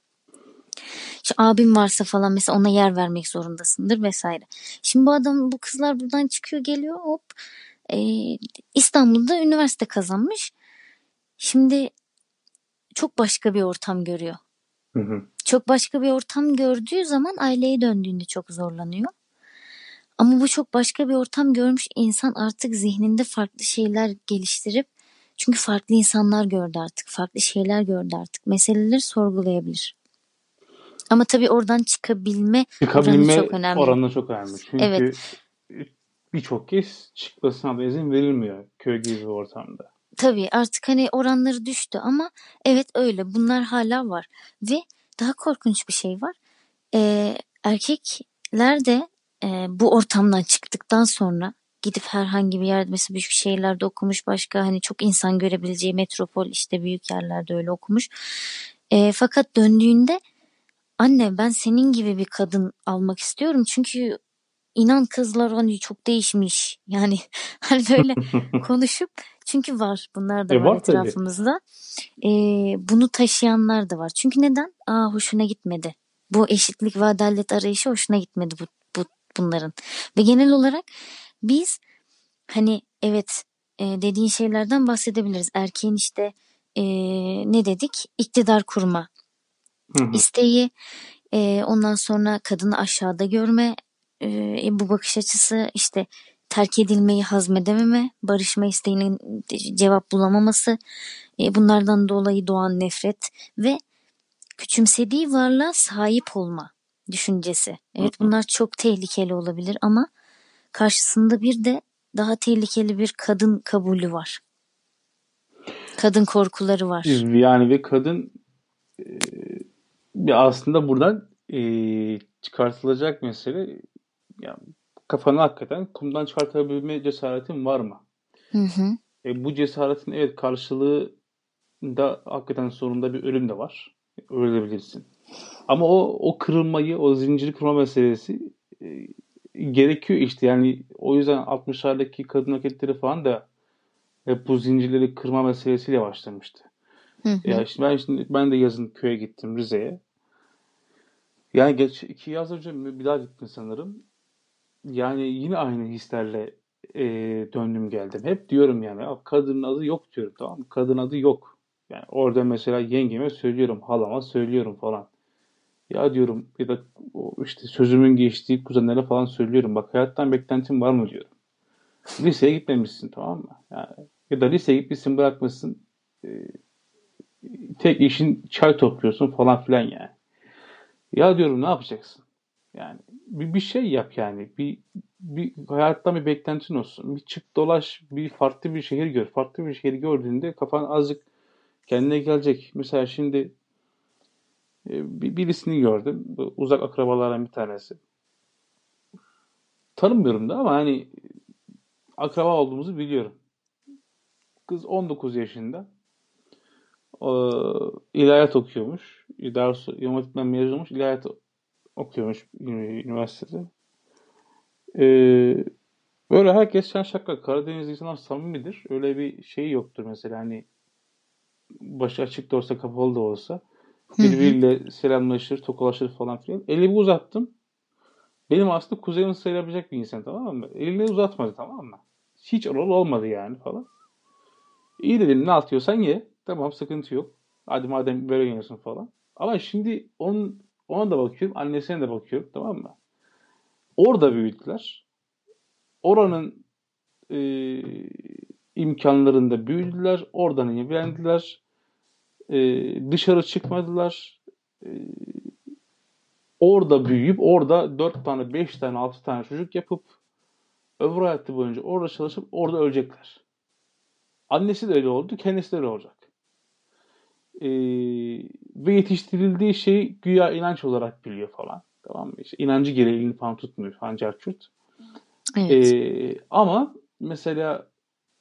[SPEAKER 2] İşte abim varsa falan mesela ona yer vermek zorundasındır vesaire. Şimdi bu adam, bu kızlar buradan çıkıyor geliyor, hop e, İstanbul'da üniversite kazanmış. Şimdi çok başka bir ortam görüyor.
[SPEAKER 1] Hı hı.
[SPEAKER 2] Çok başka bir ortam gördüğü zaman aileye döndüğünde çok zorlanıyor. Ama bu çok başka bir ortam görmüş insan artık zihninde farklı şeyler geliştirip, çünkü farklı insanlar gördü artık, farklı şeyler gördü artık, meseleleri sorgulayabilir. Ama tabii oradan çıkabilme oranı çok
[SPEAKER 1] Çıkabilme
[SPEAKER 2] önemli.
[SPEAKER 1] oranı çok önemli. Çünkü evet. birçok kez çıkmasına da izin verilmiyor köy gibi bir ortamda.
[SPEAKER 2] Tabii artık hani oranları düştü ama evet öyle, bunlar hala var. Ve daha korkunç bir şey var. Ee, erkekler de e, bu ortamdan çıktıktan sonra gidip herhangi bir yerde, mesela büyük şehirlerde okumuş, başka hani çok insan görebileceği metropol işte büyük yerlerde öyle okumuş. E, fakat döndüğünde anne ben senin gibi bir kadın almak istiyorum çünkü inan kızlar hani çok değişmiş. Yani hani böyle konuşup, çünkü var, bunlar da
[SPEAKER 1] E
[SPEAKER 2] var
[SPEAKER 1] var tabii.
[SPEAKER 2] etrafımızda. E, bunu taşıyanlar da var. Çünkü neden? Aa, hoşuna gitmedi. Bu eşitlik ve adalet arayışı hoşuna gitmedi bu, bu bunların. Ve genel olarak biz hani evet e, dediğin şeylerden bahsedebiliriz. Erkeğin işte e, ne dedik? İktidar kurma
[SPEAKER 1] Hı hı.
[SPEAKER 2] isteği, e, ondan sonra kadını aşağıda görme, e, bu bakış açısı, işte terk edilmeyi hazmedememe, barışma isteğinin cevap bulamaması, e, bunlardan dolayı doğan nefret ve küçümsediği varlığa sahip olma düşüncesi. Evet, bunlar çok tehlikeli olabilir ama karşısında bir de daha tehlikeli bir kadın kabulü var. Kadın korkuları var.
[SPEAKER 1] Yani ve kadın e, aslında buradan e, çıkartılacak mesele, ya kafanı hakikaten kumdan çıkartabilme cesaretin var mı?
[SPEAKER 2] Hı hı.
[SPEAKER 1] E, bu cesaretin evet karşılığı da hakikaten sonunda bir ölüm de var. Ölebilirsin. Ama o o kırılmayı, o zinciri kırma meselesi e, gerekiyor işte. Yani o yüzden altmışlardaki kadın hareketleri falan da hep bu zincirleri kırma meselesiyle başlamıştı.
[SPEAKER 2] Hı hı.
[SPEAKER 1] Ya işte ben şimdi ben de yazın köye gittim, Rize'ye. Yani geç iki yaz önce bir daha gittim sanırım. Yani yine aynı hislerle e, döndüm geldim. Hep diyorum yani "Ya kadının adı yok" diyorum, tamam mı? Kadın adı yok. Yani orada mesela yengeme söylüyorum, halama söylüyorum falan. Ya diyorum, ya da o işte sözümün geçtiği kuzenlere falan söylüyorum. Bak hayattan beklentin var mı diyorum. Liseye gitmemişsin, tamam mı? Yani, ya da liseye gitmişsin, bırakmışsın. E, tek işin çay topluyorsun falan filan yani. Ya diyorum, ne yapacaksın? Yani bir, bir şey yap yani. Bir, bir hayattan bir beklentin olsun. Bir çık dolaş, bir farklı bir şehir gör. Farklı bir şehir gördüğünde kafan azıcık kendine gelecek. Mesela şimdi e, bir, birisini gördüm. Bu uzak akrabalardan bir tanesi. Tanımıyorum da ama hani akraba olduğumuzu biliyorum. Kız on dokuz yaşında. Ee, ilahiyat okuyormuş. Daha doğrusu İmam Hatip'ten mezun olmuş. İlahiyat okuyormuş üniversitede. Ee, Böyle herkes şen şakrak. Karadeniz insanlar samimidir. Öyle bir şey yoktur mesela, hani başı açık da olsa kapalı da olsa
[SPEAKER 2] Hı hı.
[SPEAKER 1] birbiriyle selamlaşır, tokalaşır falan filan. Elimi uzattım. Benim aslında kuzenim sayılabilecek bir insan, tamam mı? Elini uzatmadı, tamam mı? Hiç oralı olmadı yani falan. İyi dedim, ne atıyorsan ye. Tamam, sıkıntı yok. Hadi madem böyle yiyorsun falan. Ama şimdi onun, ona da bakıyorum, annesine de bakıyorum, tamam mı? Orada büyüdüler. Oranın e, imkanlarında büyüdüler. Oradan evlendiler. E, Dışarı çıkmadılar. E, Orada büyüyüp orada dört tane, beş tane, altı tane çocuk yapıp ömrü hayatı boyunca orada çalışıp orada ölecekler. Annesi de öyle oldu, kendisi de öyle olacak. Ee, Ve yetiştirildiği şey güya inanç olarak biliyor falan. Tamam mı? İşte inancı gereğini falan tutmuyor falan, carçurt.
[SPEAKER 2] Evet.
[SPEAKER 1] Ee, ama mesela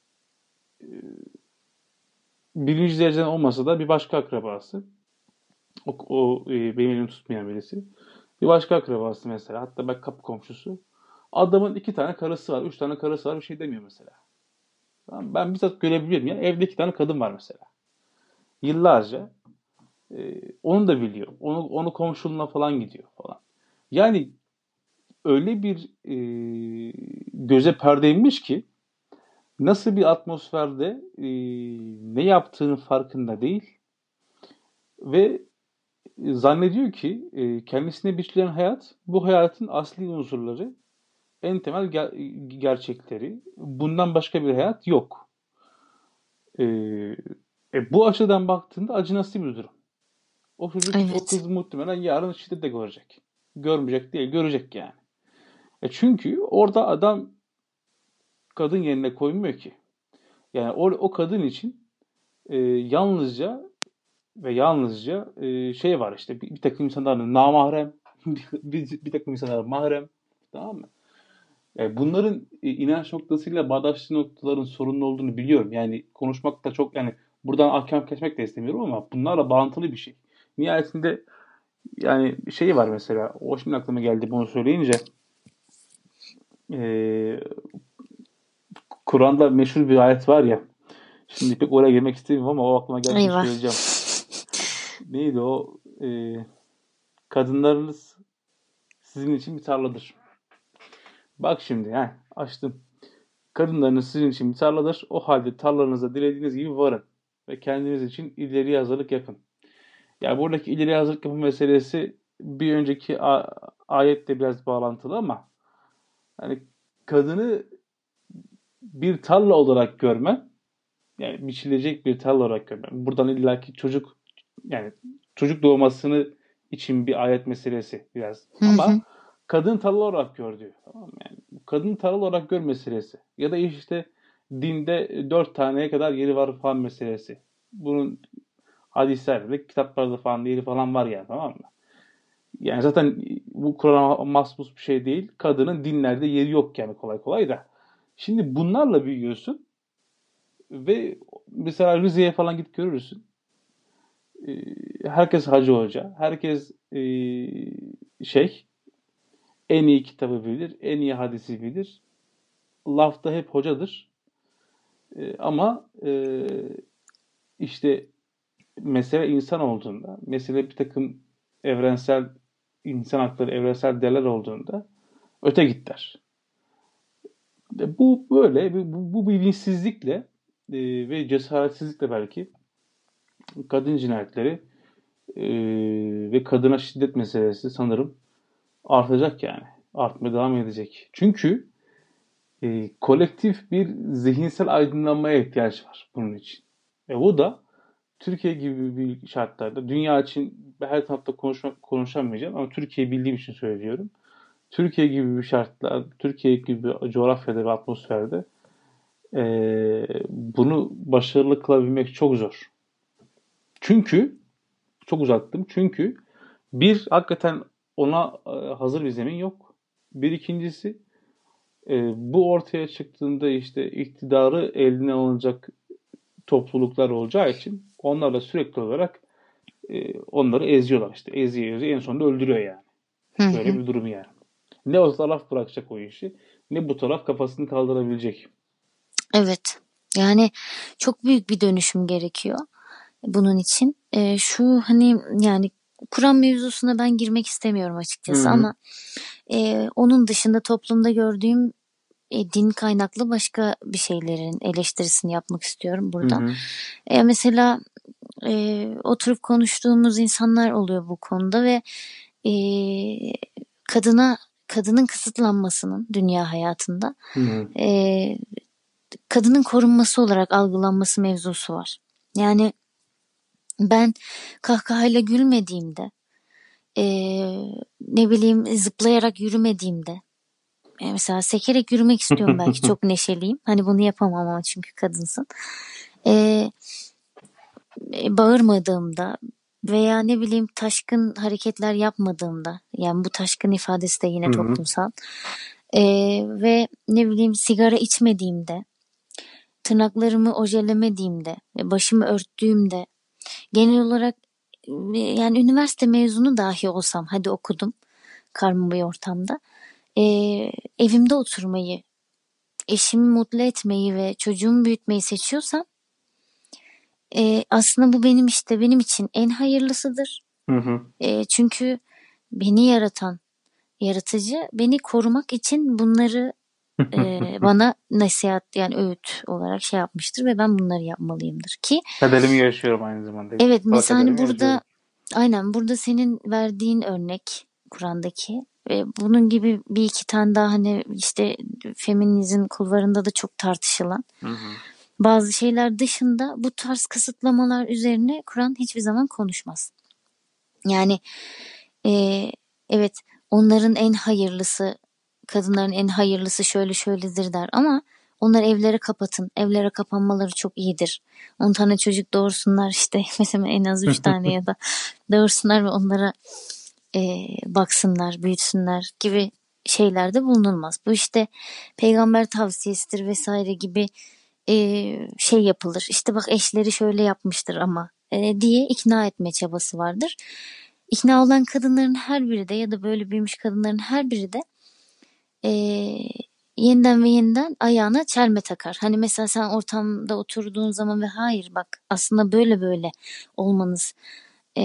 [SPEAKER 1] birinci dereceden olmasa da bir başka akrabası. O, o e, benim elimi tutmayan birisi. Bir başka akrabası mesela. Hatta belki kapı komşusu. Adamın iki tane karısı var, üç tane karısı var. Bir şey demiyor mesela. Tamam, ben bizzat görebiliyorum ya. Evde iki tane kadın var mesela. Yıllarca. E, onu da biliyor. Onu, onu komşuluğuna falan gidiyor falan. Yani öyle bir e, göze perdeymiş ki nasıl bir atmosferde e, ne yaptığının farkında değil ve zannediyor ki e, kendisine biçilen hayat bu hayatın asli unsurları, en temel ger- gerçekleri. Bundan başka bir hayat yok. E, e, bu açıdan baktığında acınası bir durum. O çocuk, o
[SPEAKER 2] Evet.
[SPEAKER 1] kız muhtemelen yarın şiddet de görecek. Görmeyecek değil, görecek yani. E çünkü orada adam kadın yerine koymuyor ki. Yani o, o kadın için e, yalnızca ve yalnızca e, şey var işte bir, bir takım insanların namahrem, bir, bir takım insanlar mahrem, tamam mı? E, bunların e, inanç noktasıyla bağdaşlı noktaların sorunlu olduğunu biliyorum. Yani konuşmak da çok, yani buradan ahkam kesmek de istemiyorum ama bunlarla bağlantılı bir şey. Nihayetinde yani şey var mesela, o şimdi aklıma geldi bunu söyleyince. E, Kur'an'da meşhur bir ayet var ya. Şimdi pek oraya girmek istemiyorum ama o aklıma geldiği için
[SPEAKER 2] Eyvah.
[SPEAKER 1] söyleyeceğim. Neydi o? E, kadınlarınız sizin için bir tarladır. Bak şimdi, heh, açtım. Kadınlarınız sizin için bir tarladır. O halde tarlanıza dilediğiniz gibi varın. Ve kendiniz için ileri hazırlık yapın. Yani buradaki ileri hazırlık yapın meselesi bir önceki a- ayetle biraz bağlantılı ama yani kadını bir tarla olarak görme, yani biçilecek bir tarla olarak görme. Buradan illaki çocuk, yani çocuk doğmasını için bir ayet meselesi biraz.
[SPEAKER 2] Hı
[SPEAKER 1] Ama
[SPEAKER 2] hı.
[SPEAKER 1] kadın tarla olarak gör diyor. Tamam mı? Yani kadın tarla olarak gör meselesi. Ya da işte dinde dört taneye kadar yeri var falan meselesi. Bunun hadislerde, kitaplarda falan yeri falan var yani, tamam mı? Yani zaten bu Kur'an'a mahsus bir şey değil. Kadının dinlerde yeri yok yani kolay kolay da. Şimdi bunlarla büyüyorsun ve mesela Rize'ye falan git görürsün. Ee, herkes hacı hoca. Herkes ee, şey en iyi kitabı bilir, en iyi hadisi bilir. Lafta hep hocadır. Ee, ama ee, işte mesele insan olduğunda, mesele bir takım evrensel insan hakları, evrensel değerler olduğunda öte git der. E, Bu böyle, bu, bu bilinçsizlikle e, ve cesaretsizlikle belki kadın cinayetleri e, ve kadına şiddet meselesi sanırım artacak yani. Artmaya devam edecek. Çünkü e, kolektif bir zihinsel aydınlanmaya ihtiyaç var bunun için. E bu da Türkiye gibi bir şartlarda, dünya için her tarafta konuşma, konuşamayacağım ama Türkiye'yi bildiğim için söylüyorum. Türkiye gibi bir şartlar, Türkiye gibi bir coğrafyada ve atmosferde e, bunu başarılı kılabilmek çok zor. Çünkü, çok uzattım, çünkü bir, hakikaten ona e, hazır bir zemin yok. Bir ikincisi, e, bu ortaya çıktığında işte iktidarı eline alınacak topluluklar olacağı için onlarla sürekli olarak e, onları eziyorlar işte. Eziyor, eziyor, en sonunda öldürüyor yani.
[SPEAKER 2] Hı
[SPEAKER 1] Böyle
[SPEAKER 2] hı.
[SPEAKER 1] bir durum yani. Ne o taraf bırakacak o işi, ne bu taraf kafasını kaldırabilecek.
[SPEAKER 2] Evet. Yani çok büyük bir dönüşüm gerekiyor bunun için. Ee, şu hani yani Kur'an mevzusuna ben girmek istemiyorum
[SPEAKER 1] Hı
[SPEAKER 2] açıkçası
[SPEAKER 1] hı.
[SPEAKER 2] ama e, onun dışında toplumda gördüğüm e, din kaynaklı başka bir şeylerin eleştirisini yapmak istiyorum
[SPEAKER 1] Hı
[SPEAKER 2] burada.
[SPEAKER 1] hı.
[SPEAKER 2] E, mesela e, oturup konuştuğumuz insanlar oluyor bu konuda ve e, kadına kadının kısıtlanmasının dünya hayatında
[SPEAKER 1] Hı hı.
[SPEAKER 2] e, kadının korunması olarak algılanması mevzusu var. Yani ben kahkahayla gülmediğimde, e, ne bileyim zıplayarak yürümediğimde, e, mesela sekerek yürümek istiyorum belki çok neşeliyim. Hani bunu yapamam ama çünkü kadınsın. E, e, bağırmadığımda veya ne bileyim taşkın hareketler yapmadığımda, yani bu taşkın ifadesi de yine
[SPEAKER 1] Hı hı.
[SPEAKER 2] toplumsal, e, ve ne bileyim sigara içmediğimde, tırnaklarımı ojelemediğimde, başımı örttüğümde, genel olarak yani üniversite mezunu dahi olsam, hadi okudum karma bir ortamda, e, evimde oturmayı, eşimi mutlu etmeyi ve çocuğumu büyütmeyi seçiyorsam e, aslında bu benim işte benim için en hayırlısıdır.
[SPEAKER 1] Hı hı.
[SPEAKER 2] E, çünkü beni yaratan yaratıcı beni korumak için bunları e, bana nasihat yani öğüt olarak şey yapmıştır ve ben bunları yapmalıyımdır ki.
[SPEAKER 1] Kaderimi yaşıyorum aynı zamanda.
[SPEAKER 2] Evet, mesela hani burada
[SPEAKER 1] yaşıyorum.
[SPEAKER 2] aynen burada senin verdiğin örnek Kur'an'daki ve bunun gibi bir iki tane daha hani işte feminizm kulvarında da çok tartışılan
[SPEAKER 1] hı hı.
[SPEAKER 2] bazı şeyler dışında bu tarz kısıtlamalar üzerine Kur'an hiçbir zaman konuşmaz. Yani e, evet onların en hayırlısı, kadınların en hayırlısı şöyle şöyledir der ama onlar evlere kapatın. Evlere kapanmaları çok iyidir. on tane çocuk doğursunlar işte mesela en az üç tane ya da doğursunlar ve onlara e, baksınlar, büyütsünler gibi şeylerde bulunulmaz. Bu işte peygamber tavsiyesidir vesaire gibi e, şey yapılır. İşte bak eşleri şöyle yapmıştır ama e, diye ikna etme çabası vardır. İkna olan kadınların her biri de ya da böyle büyümüş kadınların her biri de e, yeniden ve yeniden ayağına çelme takar. Hani mesela sen ortamda oturduğun zaman ve hayır bak aslında böyle böyle olmanız e,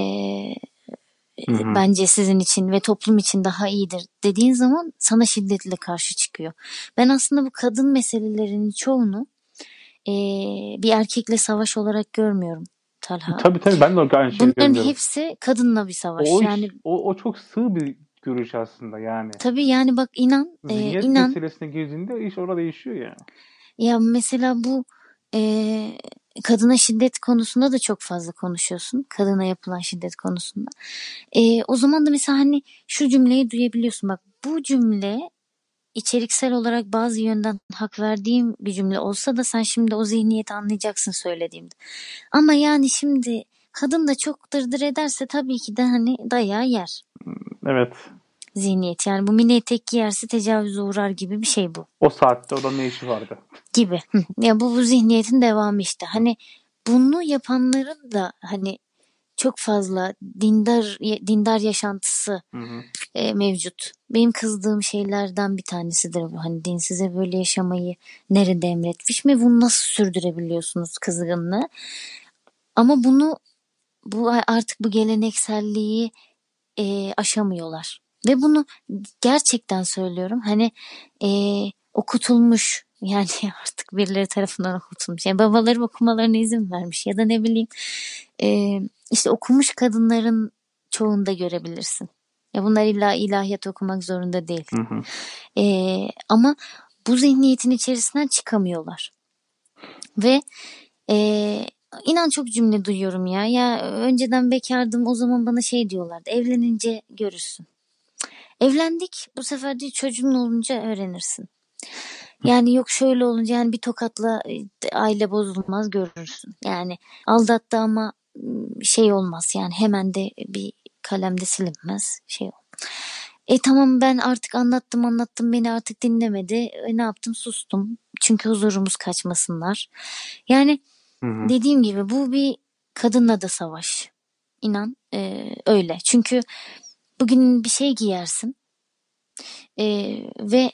[SPEAKER 1] Hı hı.
[SPEAKER 2] bence sizin için ve toplum için daha iyidir dediğin zaman sana şiddetle karşı çıkıyor. Ben aslında bu kadın meselelerinin çoğunu e, bir erkekle savaş olarak görmüyorum Talha.
[SPEAKER 1] Tabii tabii ben de aynı şeyi
[SPEAKER 2] Bunların
[SPEAKER 1] görüyorum.
[SPEAKER 2] hepsi kadınla bir savaş.
[SPEAKER 1] O, iş,
[SPEAKER 2] yani
[SPEAKER 1] o, o çok sığ bir görüş aslında yani.
[SPEAKER 2] tabii yani bak inan e,
[SPEAKER 1] Zihniyet
[SPEAKER 2] inan
[SPEAKER 1] meselesine girdiğinde iş orada değişiyor yani.
[SPEAKER 2] ya mesela bu e, kadına şiddet konusunda da çok fazla konuşuyorsun. Kadına yapılan şiddet konusunda. E, o zaman da mesela hani şu cümleyi duyabiliyorsun. Bak bu cümle içeriksel olarak bazı yönden hak verdiğim bir cümle olsa da sen şimdi o zihniyeti anlayacaksın söylediğimde. Ama yani şimdi kadın da çok dırdır ederse tabii ki de hani dayağı yer.
[SPEAKER 1] Evet.
[SPEAKER 2] Zihniyet yani bu mini etek giyerse tecavüze uğrar gibi bir şey bu.
[SPEAKER 1] O saatte o da ne işi vardı?
[SPEAKER 2] Gibi. Hı. Ya bu, bu zihniyetin devamı işte. Hani bunu yapanların da hani çok fazla dindar dindar yaşantısı
[SPEAKER 1] Hı hı.
[SPEAKER 2] e, mevcut. Benim kızdığım şeylerden bir tanesidir bu. Hani din size böyle yaşamayı nerede emretmiş mi? Bunu nasıl sürdürebiliyorsunuz kızgınlığı? Ama bunu bu artık bu gelenekselliği e, aşamıyorlar. Ve bunu gerçekten söylüyorum. Hani e, okutulmuş yani artık birileri tarafından okutulmuş. Yani babaları okumalarına izin vermiş ya da ne bileyim e, işte okumuş kadınların çoğunda görebilirsin. Ya bunlar illa ilahiyat okumak zorunda değil.
[SPEAKER 1] Hı hı.
[SPEAKER 2] E, ama bu zihniyetin içerisinden çıkamıyorlar. Ve e, inan çok cümle duyuyorum ya. Ya önceden bekardım o zaman bana şey diyorlardı. Evlenince görürsün. Evlendik bu sefer de çocuğun olunca öğrenirsin. Yani yok şöyle olunca yani bir tokatla aile bozulmaz görürsün. Yani aldattı ama şey olmaz yani hemen de bir kalemde silinmez şey ol. E tamam ben artık anlattım anlattım beni artık dinlemedi. E, ne yaptım sustum. Çünkü huzurumuz kaçmasınlar. Yani
[SPEAKER 1] Hı hı.
[SPEAKER 2] dediğim gibi bu bir kadınla da savaş. İnan e, öyle. Çünkü bugün bir şey giyersin. E, ve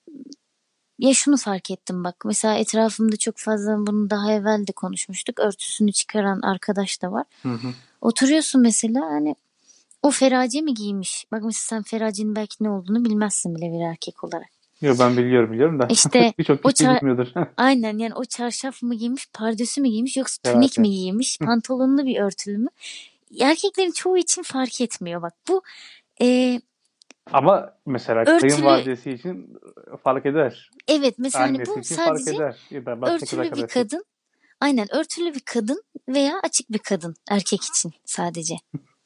[SPEAKER 2] ya şunu fark ettim bak. Mesela etrafımda çok fazla bunu daha evvel de konuşmuştuk. Örtüsünü çıkaran arkadaş da var.
[SPEAKER 1] Hı hı.
[SPEAKER 2] Oturuyorsun mesela hani o ferace mi giymiş? Bak mesela sen feracinin belki ne olduğunu bilmezsin bile bir erkek olarak.
[SPEAKER 1] Yok ben biliyorum biliyorum da.
[SPEAKER 2] İşte
[SPEAKER 1] birçok
[SPEAKER 2] o
[SPEAKER 1] kişi
[SPEAKER 2] çar-
[SPEAKER 1] bilmiyordur.
[SPEAKER 2] aynen yani o çarşaf mı giymiş, pardösü mü giymiş yoksa
[SPEAKER 1] Evet,
[SPEAKER 2] tunik mi
[SPEAKER 1] evet.
[SPEAKER 2] giymiş, pantolonlu bir örtülü mü? Erkeklerin çoğu için fark etmiyor bak. Bu e,
[SPEAKER 1] Ama mesela
[SPEAKER 2] örtülü
[SPEAKER 1] kayınvalidesi için fark eder.
[SPEAKER 2] evet mesela hani
[SPEAKER 1] Annesi
[SPEAKER 2] bu
[SPEAKER 1] için fark
[SPEAKER 2] sadece
[SPEAKER 1] eder. Ya da başka kız
[SPEAKER 2] örtülü bir
[SPEAKER 1] arkadaşı.
[SPEAKER 2] kadın. Aynen örtülü bir kadın veya açık bir kadın erkek için sadece.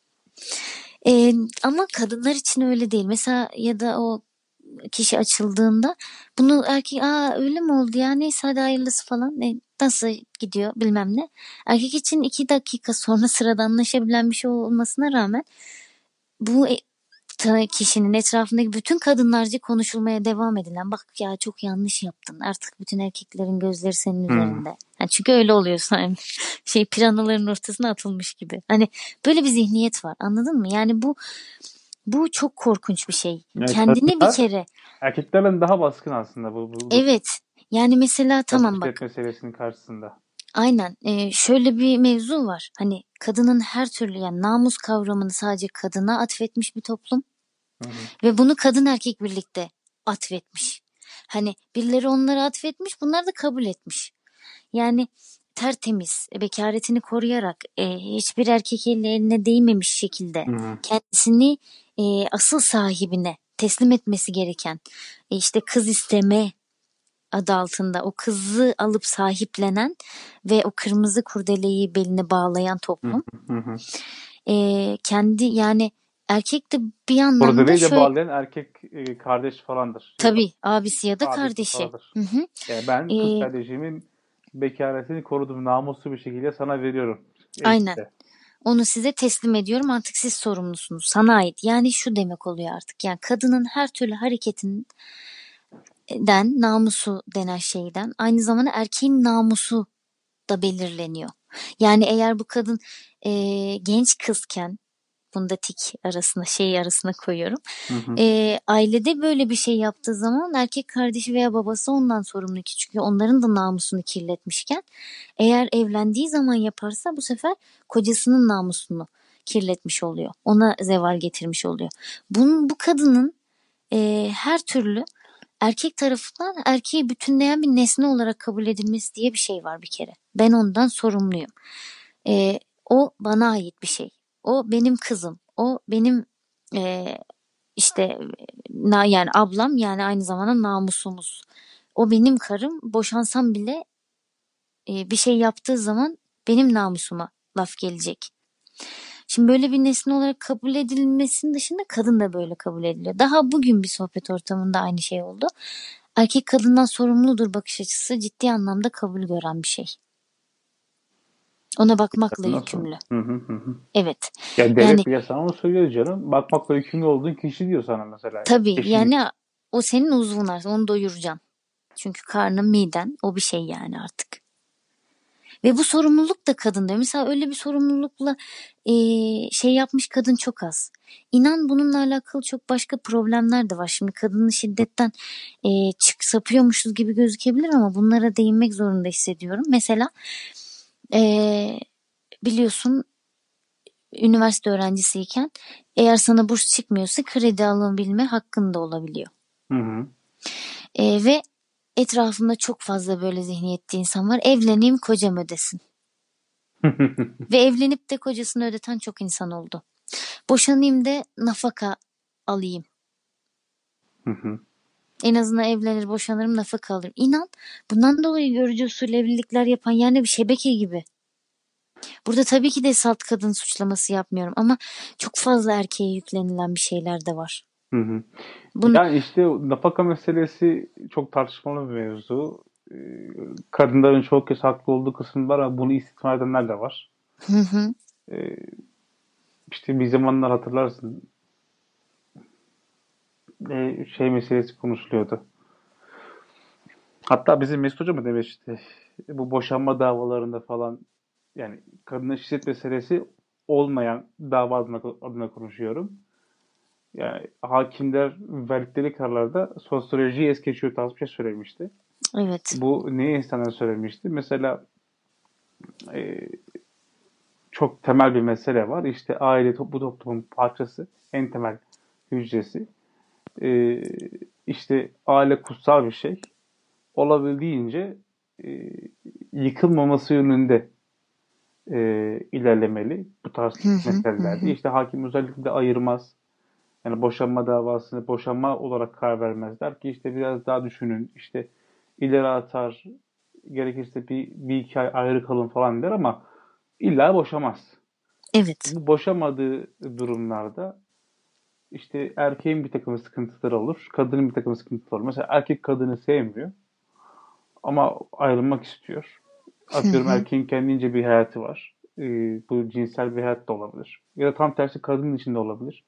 [SPEAKER 2] Ee, ama kadınlar için öyle değil. Mesela ya da o kişi açıldığında bunu erkek aa öyle mi oldu ya neyse hadi hayırlısı falan ne, nasıl gidiyor bilmem ne. Erkek için iki dakika sonra sıradanlaşabilen bir şey olmasına rağmen bu kişinin etrafındaki bütün kadınlarca konuşulmaya devam edilen, bak ya çok yanlış yaptın, artık bütün erkeklerin gözleri senin
[SPEAKER 1] Hmm.
[SPEAKER 2] üzerinde. Yani çünkü öyle oluyorsun hani şey piranaların ortasına atılmış gibi. Hani böyle bir zihniyet var, anladın mı? Yani bu bu çok korkunç bir şey.
[SPEAKER 1] Yani
[SPEAKER 2] Kendini bir
[SPEAKER 1] kadınlar
[SPEAKER 2] kere
[SPEAKER 1] erkeklerden daha baskın aslında bu, bu, bu
[SPEAKER 2] evet yani mesela tamam bak
[SPEAKER 1] meselesinin karşısında.
[SPEAKER 2] aynen ee, şöyle bir mevzu var. Hani kadının her türlü yani namus kavramını sadece kadına atfetmiş bir toplum.
[SPEAKER 1] Hı hı.
[SPEAKER 2] Ve bunu kadın erkek birlikte atfetmiş. Hani birileri onları atfetmiş, bunlar da kabul etmiş. Yani tertemiz, bekaretini koruyarak e, hiçbir erkek elle eline değmemiş şekilde
[SPEAKER 1] Hı hı.
[SPEAKER 2] kendisini e, asıl sahibine teslim etmesi gereken e, işte kız isteme adı altında o kızı alıp sahiplenen ve o kırmızı kurdeleyi beline bağlayan toplum.
[SPEAKER 1] Hı hı.
[SPEAKER 2] E, kendi yani erkek de bir anlamda
[SPEAKER 1] Kurdeleyi de
[SPEAKER 2] şöyle
[SPEAKER 1] bağlayan erkek e, kardeş falandır.
[SPEAKER 2] tabii abisi ya da
[SPEAKER 1] Abisi
[SPEAKER 2] kardeşi.
[SPEAKER 1] falandır.
[SPEAKER 2] Hı hı.
[SPEAKER 1] Yani ben kız
[SPEAKER 2] Ee,
[SPEAKER 1] kardeşimin bekaretini korudum, namuslu bir şekilde sana veriyorum.
[SPEAKER 2] aynen.
[SPEAKER 1] Elbette.
[SPEAKER 2] Onu size teslim ediyorum, artık siz sorumlusunuz. Sana ait. Yani şu demek oluyor artık. Yani kadının her türlü hareketinden namusu denen şeyden aynı zamanda erkeğin namusu da belirleniyor. Yani eğer bu kadın e, genç kızken bunu da tik arasına şey arasına koyuyorum.
[SPEAKER 1] Hı hı.
[SPEAKER 2] E, ailede böyle bir şey yaptığı zaman erkek kardeşi veya babası ondan sorumlu ki çünkü onların da namusunu kirletmişken eğer evlendiği zaman yaparsa bu sefer kocasının namusunu kirletmiş oluyor. Ona zeval getirmiş oluyor. Bunun bu kadının e, her türlü erkek tarafından erkeği bütünleyen bir nesne olarak kabul edilmesi diye bir şey var bir kere. Ben ondan sorumluyum. E, o bana ait bir şey. O benim kızım. O benim e, işte na, yani ablam yani aynı zamanda namusumuz. O benim karım. Boşansam bile e, bir şey yaptığı zaman benim namusuma laf gelecek. Şimdi böyle bir nesne olarak kabul edilmesinin dışında kadın da böyle kabul ediliyor. Daha bugün bir sohbet ortamında aynı şey oldu. Erkek kadından sorumludur bakış açısı ciddi anlamda kabul gören bir şey. Ona bakmakla
[SPEAKER 1] Nasıl?
[SPEAKER 2] yükümlü.
[SPEAKER 1] Hı hı hı.
[SPEAKER 2] Evet.
[SPEAKER 1] Ya devlet
[SPEAKER 2] Yani
[SPEAKER 1] bile sana onu söylüyor canım. Bakmakla yükümlü olduğun kişi diyor sana mesela.
[SPEAKER 2] tabii
[SPEAKER 1] Eşi
[SPEAKER 2] yani
[SPEAKER 1] diyor.
[SPEAKER 2] o senin uzvun artık onu doyuracaksın. Çünkü karnın miden o bir şey yani artık. Ve bu sorumluluk da kadında. Mesela öyle bir sorumlulukla e, şey yapmış kadın çok az. İnan bununla alakalı çok başka problemler de var. Şimdi kadını şiddetten e, çık sapıyormuşuz gibi gözükebilir ama bunlara değinmek zorunda hissediyorum. Mesela e, biliyorsun üniversite öğrencisiyken eğer sana burs çıkmıyorsa kredi alabilme hakkın da olabiliyor.
[SPEAKER 1] Hı hı.
[SPEAKER 2] E, ve etrafımda çok fazla böyle zihniyetli insan var. Evleneyim kocam ödesin. Ve evlenip de kocasını ödeten çok insan oldu. Boşanayım da nafaka alayım.
[SPEAKER 1] Hı hı.
[SPEAKER 2] En azından evlenir boşanırım nafaka alırım. İnan bundan dolayı görücü usulü evlilikler yapan yani bir şebeke gibi. Burada tabii ki de salt kadın suçlaması yapmıyorum ama çok fazla erkeğe yüklenilen bir şeyler de var.
[SPEAKER 1] Hı hı.
[SPEAKER 2] Bunu...
[SPEAKER 1] Yani işte nafaka meselesi çok tartışmalı bir mevzu. Ee, Kadınların çok kez haklı olduğu kısım var ama bunu istismar edenler de var.
[SPEAKER 2] Hı hı.
[SPEAKER 1] Ee, işte bir zamanlar hatırlarsın e, şey meselesi konuşuluyordu. Hatta bizim Mesut Hoca mı demişti bu boşanma davalarında falan yani kadına şiddet meselesi olmayan dava adına, adına konuşuyorum. Yani hakimler verdikleri kararlarda sosyolojiyi es geçiyor tarzı bir şey söylemişti.
[SPEAKER 2] Evet.
[SPEAKER 1] Bu neyi insanlar söylemişti? Mesela e, çok temel bir mesele var. İşte aile bu toplumun parçası, en temel hücresi. E, işte aile kutsal bir şey. Olabildiğince e, yıkılmaması yönünde e, ilerlemeli bu tarz
[SPEAKER 2] Hı hı,
[SPEAKER 1] meselelerde.
[SPEAKER 2] hı.
[SPEAKER 1] İşte hakim özellikle de ayırmaz. Yani boşanma davasını boşanma olarak karar vermezler ki işte biraz daha düşünün. İşte ileri atar, gerekirse bir, bir iki ay ayrı kalın falan der ama illa boşamaz.
[SPEAKER 2] Evet.
[SPEAKER 1] Bu boşamadığı durumlarda işte erkeğin bir takım sıkıntıları olur, kadının bir takım sıkıntıları olur. Mesela erkek kadını sevmiyor ama ayrılmak istiyor.
[SPEAKER 2] Hı
[SPEAKER 1] Atıyorum
[SPEAKER 2] hı.
[SPEAKER 1] erkeğin kendince bir hayatı var. Ee, bu cinsel bir hayat da olabilir. Ya da tam tersi kadının içinde olabilir.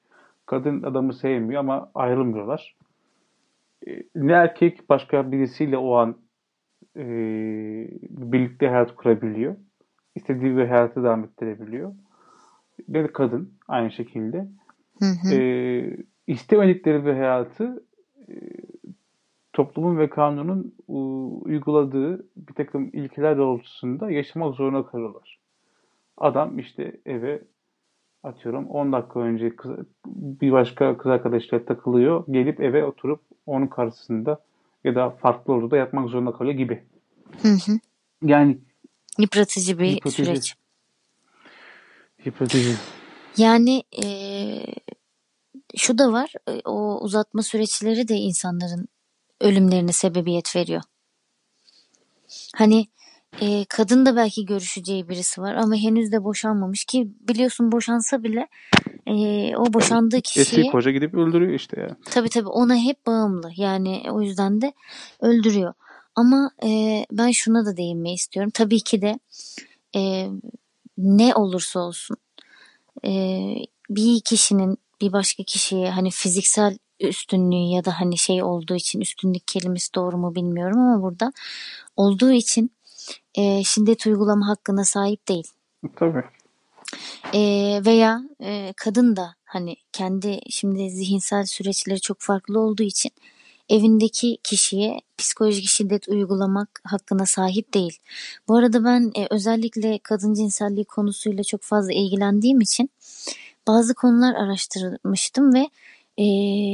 [SPEAKER 1] Kadın adamı sevmiyor ama ayrılmıyorlar. E, ne erkek başka birisiyle o an e, birlikte hayat kurabiliyor. İstediği bir hayatı devam ettirebiliyor. Ne de kadın aynı şekilde.
[SPEAKER 2] Hı hı.
[SPEAKER 1] E, istemedikleri bir hayatı e, toplumun ve kanunun u- uyguladığı bir takım ilkeler doğrultusunda yaşamak zorunda kalıyorlar. Adam işte eve atıyorum on dakika önce kız, bir başka kız arkadaşıyla takılıyor. Gelip eve oturup onun karşısında ya da farklı odada yatmak zorunda kalıyor gibi.
[SPEAKER 2] Hı hı.
[SPEAKER 1] Yani
[SPEAKER 2] Yıpratıcı bir
[SPEAKER 1] yıpratıcı.
[SPEAKER 2] süreç.
[SPEAKER 1] Yıpratıcı.
[SPEAKER 2] Yani eee, şu da var, e, o uzatma süreçleri de insanların ölümlerine sebebiyet veriyor. Hani e, kadın da belki görüşeceği birisi var ama henüz de boşanmamış ki biliyorsun boşansa bile e, o boşandığı
[SPEAKER 1] Eski
[SPEAKER 2] kişiyi
[SPEAKER 1] koca gidip öldürüyor işte ya.
[SPEAKER 2] tabii tabii ona hep bağımlı. Yani o yüzden de öldürüyor. Ama e, ben şuna da değinmeyi istiyorum. Tabii ki de e, ne olursa olsun e, bir kişinin bir başka kişiye hani fiziksel üstünlüğü ya da hani şey olduğu için üstünlük kelimesi doğru mu bilmiyorum ama burada olduğu için e, şiddet uygulama hakkına sahip değil.
[SPEAKER 1] Tabii.
[SPEAKER 2] E, veya e, kadın da hani kendi şimdi zihinsel süreçleri çok farklı olduğu için evindeki kişiye psikolojik şiddet uygulamak hakkına sahip değil. Bu arada ben e, özellikle kadın cinselliği konusuyla çok fazla ilgilendiğim için bazı konular araştırmıştım ve e,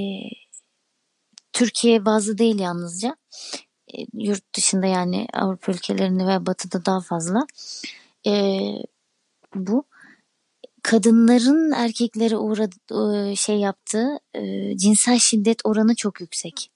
[SPEAKER 2] Türkiye bazı değil yalnızca e, yurt dışında yani Avrupa ülkelerinde ve Batı'da daha fazla e, bu kadınların erkeklere uğradığı şey yaptığı e, cinsel şiddet oranı çok yüksek.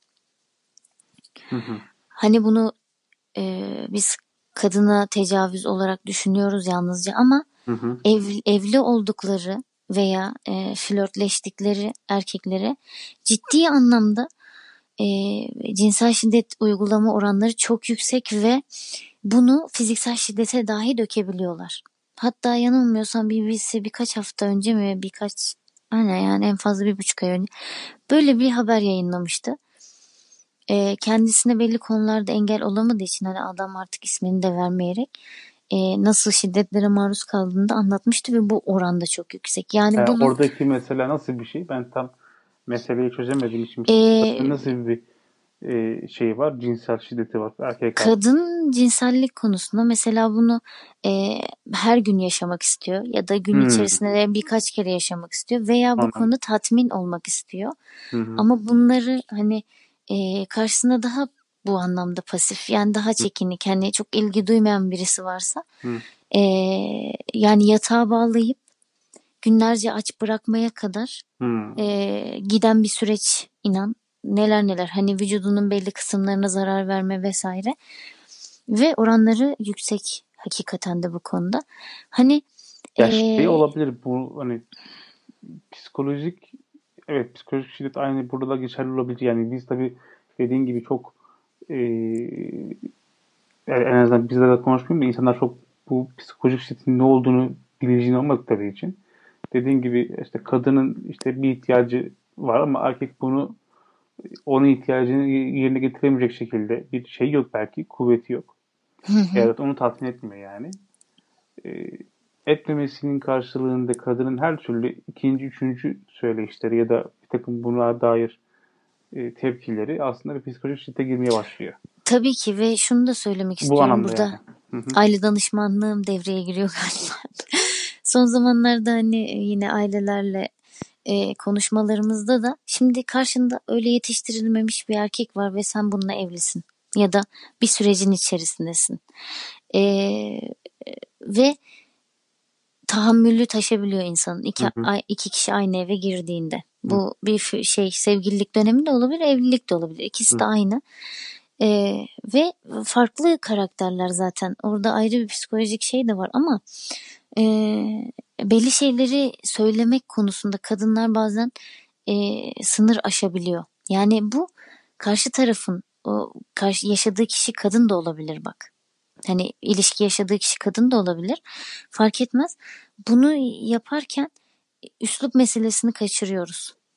[SPEAKER 1] Hı hı.
[SPEAKER 2] Hani bunu e, biz kadına tecavüz olarak düşünüyoruz yalnızca ama
[SPEAKER 1] Hı hı.
[SPEAKER 2] ev, evli oldukları veya e, flörtleştikleri erkeklere ciddi anlamda e, cinsel şiddet uygulama oranları çok yüksek ve bunu fiziksel şiddete dahi dökebiliyorlar. Hatta yanılmıyorsam B B C birkaç hafta önce mi birkaç aynen yani en fazla bir buçuk ay önce böyle bir haber yayınlamıştı. E, kendisine belli konularda engel olamadığı için hani adam artık ismini de vermeyerek e, nasıl şiddetlere maruz kaldığını da anlatmıştı ve bu oranda çok yüksek. Yani
[SPEAKER 1] Yani
[SPEAKER 2] bunun
[SPEAKER 1] oradaki mesela nasıl bir şey? Ben tam meseleyi çözemediğim için
[SPEAKER 2] e,
[SPEAKER 1] nasıl bir e, şey var? Cinsel şiddeti var erkek karşı.
[SPEAKER 2] kadın cinsellik konusunda mesela bunu e, her gün yaşamak istiyor ya da gün
[SPEAKER 1] Hmm.
[SPEAKER 2] içerisinde de birkaç kere yaşamak istiyor veya bu
[SPEAKER 1] Anladım.
[SPEAKER 2] konuda tatmin olmak istiyor.
[SPEAKER 1] Hı hı.
[SPEAKER 2] Ama bunları hani e, karşısında daha bu anlamda pasif yani daha çekinik hani çok ilgi duymayan birisi varsa
[SPEAKER 1] Hı.
[SPEAKER 2] e, yani yatağa bağlayıp günlerce aç bırakmaya kadar
[SPEAKER 1] Hmm.
[SPEAKER 2] e, giden bir süreç inan neler neler hani vücudunun belli kısımlarına zarar verme vesaire ve oranları yüksek hakikaten de bu konuda. Hani
[SPEAKER 1] Ya
[SPEAKER 2] e,
[SPEAKER 1] şey olabilir bu hani psikolojik evet psikolojik şiddet aynı burada da geçerli olabilir. Yani biz tabii dediğin gibi çok e, yani en azından bizle de konuşmayayım da insanlar çok bu psikolojik şiddetin ne olduğunu bilincinde olmadıkları için dediğin gibi işte kadının işte bir ihtiyacı var ama erkek bunu onun ihtiyacını yerine getiremeyecek şekilde bir şey yok belki kuvveti yok. Evet onu tatmin etmiyor yani. E, etmemesinin karşılığında kadının her türlü ikinci, üçüncü söyleyişleri ya da bir takım buna dair e, tepkileri aslında bir psikolojik şiddete girmeye başlıyor.
[SPEAKER 2] tabii ki ve şunu da söylemek
[SPEAKER 1] Bu
[SPEAKER 2] istiyorum
[SPEAKER 1] anlamda
[SPEAKER 2] burada.
[SPEAKER 1] yani. Hı hı.
[SPEAKER 2] Aile danışmanlığım devreye giriyor galiba. Son zamanlarda hani yine ailelerle e, konuşmalarımızda da şimdi karşında öyle yetiştirilmemiş bir erkek var ve sen bununla evlisin ya da bir sürecin içerisindesin. E, ve tahammülü taşabiliyor insanın iki,
[SPEAKER 1] Hı hı.
[SPEAKER 2] iki kişi aynı eve girdiğinde. Bu bir şey sevgililik dönemi de olabilir, evlilik de olabilir. İkisi de
[SPEAKER 1] Hı.
[SPEAKER 2] aynı. Ee, ve farklı karakterler zaten. Orada ayrı bir psikolojik şey de var ama e, belli şeyleri söylemek konusunda kadınlar bazen e, sınır aşabiliyor. Yani bu karşı tarafın o karşı yaşadığı kişi kadın da olabilir bak. Hani ilişki yaşadığı kişi kadın da olabilir. Fark etmez. Bunu yaparken üslup meselesini kaçırıyoruz.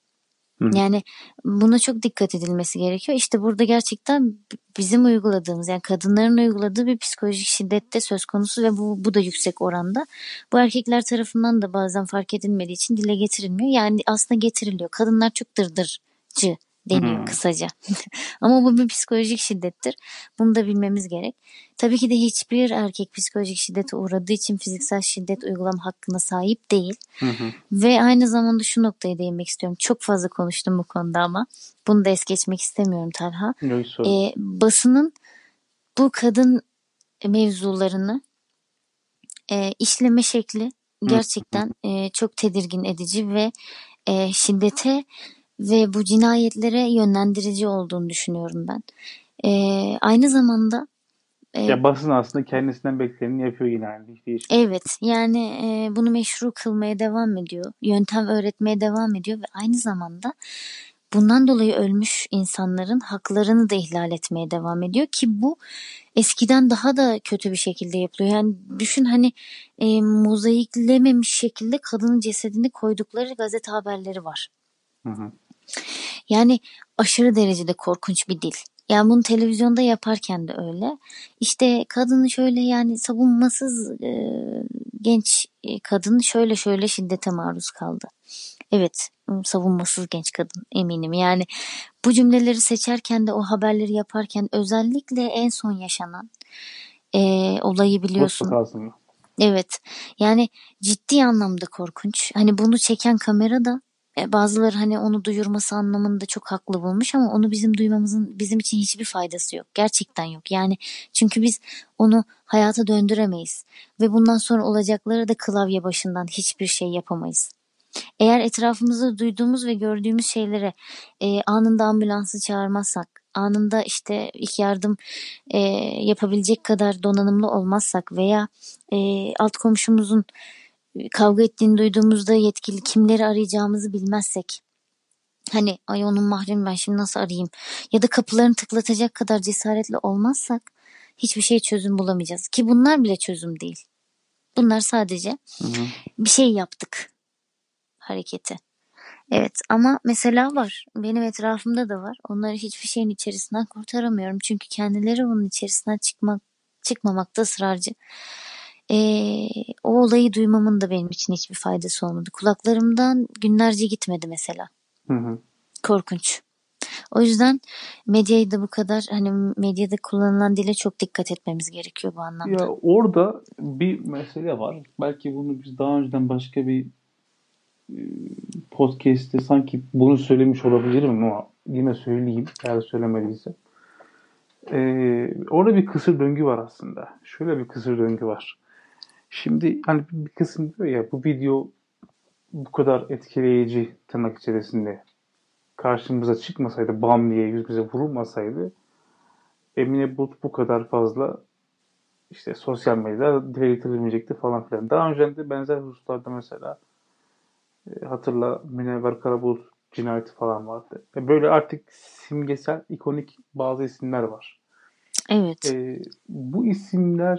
[SPEAKER 1] Hı.
[SPEAKER 2] Yani buna çok dikkat edilmesi gerekiyor. İşte burada gerçekten bizim uyguladığımız, yani kadınların uyguladığı bir psikolojik şiddet de söz konusu ve bu, bu da yüksek oranda. Bu erkekler tarafından da bazen fark edilmediği için dile getirilmiyor. Yani aslında getiriliyor. Kadınlar çok dırdırcı deniyor
[SPEAKER 1] Hmm.
[SPEAKER 2] kısaca. Ama bu bir psikolojik şiddettir. Bunu da bilmemiz gerek. Tabii ki de hiçbir erkek psikolojik şiddete uğradığı için fiziksel şiddet uygulama hakkına sahip değil.
[SPEAKER 1] Hı hı.
[SPEAKER 2] Ve aynı zamanda şu noktaya değinmek istiyorum. Çok fazla konuştum bu konuda ama bunu da es geçmek istemiyorum Talha.
[SPEAKER 1] Yok, sorun.
[SPEAKER 2] Ee, basının bu kadın mevzularını e, işleme şekli gerçekten e, çok tedirgin edici ve e, şiddete ve bu cinayetlere yönlendirici olduğunu düşünüyorum ben. E, aynı zamanda e,
[SPEAKER 1] Ya basın aslında kendisinden bekleneni yapıyor yine, yani hiç değişmiyor.
[SPEAKER 2] evet, yani e, bunu meşru kılmaya devam ediyor. Yöntem öğretmeye devam ediyor ve aynı zamanda bundan dolayı ölmüş insanların haklarını da ihlal etmeye devam ediyor ki bu eskiden daha da kötü bir şekilde yapılıyor. Yani düşün, hani e, mozaiklememiş şekilde kadının cesedini koydukları gazete haberleri var.
[SPEAKER 1] Hı hı.
[SPEAKER 2] Yani aşırı derecede korkunç bir dil. Yani bunu televizyonda yaparken de öyle. İşte kadını şöyle, yani savunmasız e, genç e, kadın şöyle şöyle şiddete maruz kaldı. Evet, savunmasız genç kadın, eminim. Yani bu cümleleri seçerken de o haberleri yaparken özellikle en son yaşanan e, olayı biliyorsun.
[SPEAKER 1] Bozkurt aslında.
[SPEAKER 2] Evet, yani ciddi anlamda korkunç. Hani bunu çeken kamera da e, bazıları hani onu duyurması anlamında çok haklı bulmuş ama onu bizim duymamızın bizim için hiçbir faydası yok. Gerçekten yok. Yani çünkü biz onu hayata döndüremeyiz ve bundan sonra olacakları da klavye başından hiçbir şey yapamayız. Eğer etrafımızda duyduğumuz ve gördüğümüz şeylere e, anında ambulansı çağırmazsak, anında işte ilk yardım e, yapabilecek kadar donanımlı olmazsak veya e, alt komşumuzun kavga ettiğini duyduğumuzda yetkili kimleri arayacağımızı bilmezsek, hani ay onun mahremi, ben şimdi nasıl arayayım, ya da kapılarını tıklatacak kadar cesaretli olmazsak hiçbir şey çözüm bulamayacağız. Ki bunlar bile çözüm değil. Bunlar sadece
[SPEAKER 1] Hı hı.
[SPEAKER 2] bir şey yaptık hareketi. Evet, ama mesela var. Benim etrafımda da var. Onları hiçbir şeyin içerisinden kurtaramıyorum. Çünkü kendileri bunun içerisinden çıkmak çıkmamakta ısrarcı. Ee, o olayı duymamın da benim için hiçbir faydası olmadı. Kulaklarımdan günlerce gitmedi mesela.
[SPEAKER 1] Hı hı.
[SPEAKER 2] Korkunç. O yüzden medyayı da bu kadar, hani medyada kullanılan dile çok dikkat etmemiz gerekiyor bu anlamda.
[SPEAKER 1] Ya orada bir mesele var. Belki bunu biz daha önceden başka bir e, podcast'te sanki bunu söylemiş olabilirim ama yine söyleyeyim eğer söylemediyse. Ee, orada bir kısır döngü var aslında. Şöyle bir kısır döngü var. Şimdi hani bir kısım diyor ya, bu video bu kadar etkileyici tırnak içerisinde karşımıza çıkmasaydı, bam diye yüzümüze vurulmasaydı, Emine Bulut bu kadar fazla işte sosyal medyada dile getirilmeyecekti falan filan. Daha önce de benzer hususlarda mesela e, hatırla Münevver Karabulut cinayeti falan vardı. E, böyle artık simgesel, ikonik bazı isimler var.
[SPEAKER 2] Evet.
[SPEAKER 1] E, bu isimlerin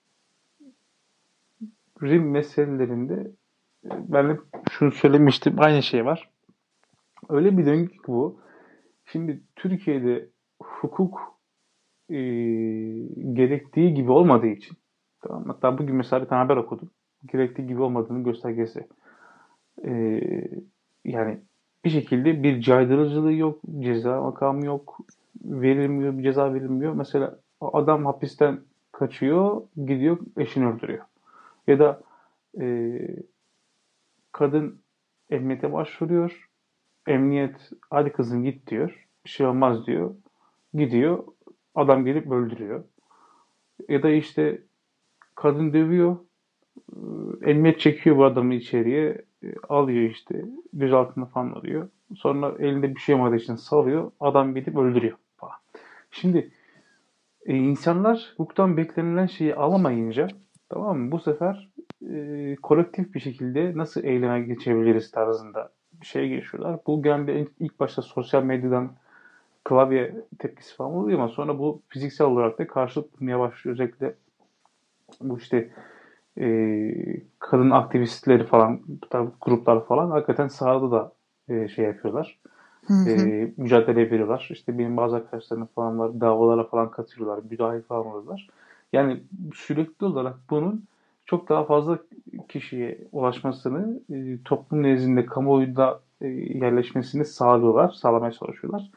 [SPEAKER 1] meselelerinde e, ben de şunu söylemiştim, aynı şey var. Öyle bir döngü ki bu. Şimdi Türkiye'de hukuk e, gerektiği gibi olmadığı için, tamam, hatta bugün mesela bir tane haber okudum. Gerektiği gibi olmadığını göstergesi. E, yani bir şekilde bir caydırıcılığı yok, ceza makamı yok, verilmiyor, bir ceza verilmiyor. Mesela adam hapisten kaçıyor, gidiyor eşini öldürüyor. Ya da e, kadın emniyete başvuruyor. Emniyet hadi kızım git diyor. Bir şey olmaz diyor. Gidiyor. Adam gelip öldürüyor. Ya da işte kadın dövüyor. Emniyet çekiyor bu adamı içeriye. Alıyor işte. Gözaltına falan alıyor. Sonra elinde bir şey olmadığı için salıyor. Adam gidip öldürüyor falan. Şimdi e, insanlar hukuktan beklenilen şeyi alamayınca, tamam mı, bu sefer e, kolektif bir şekilde nasıl eyleme geçebiliriz tarzında bir şeye geçiyorlar. Bu genelde ilk başta sosyal medyadan klavye tepkisi falan oluyor ama sonra bu fiziksel olarak da karşılık bulmaya başlıyor. Özellikle bu işte e, kadın aktivistleri falan, bu tarz gruplar falan hakikaten sahada da e, şey yapıyorlar.
[SPEAKER 2] Hı
[SPEAKER 1] e,
[SPEAKER 2] hı.
[SPEAKER 1] mücadele veriyorlar. İşte benim bazı arkadaşlarım falan var. Davalara falan katılıyorlar. Müdahil falan oluyorlar. Yani sürekli olarak bunun çok daha fazla kişiye ulaşmasını, e, toplum nezdinde, kamuoyunda e, yerleşmesini sağlıyorlar, sağlamaya çalışıyorlar.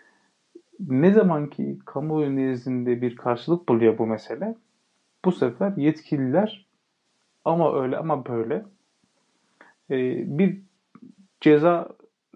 [SPEAKER 1] Ne zaman ki kamuoyu nezdinde bir karşılık buluyor bu mesele, bu sefer yetkililer ama öyle ama böyle e, bir ceza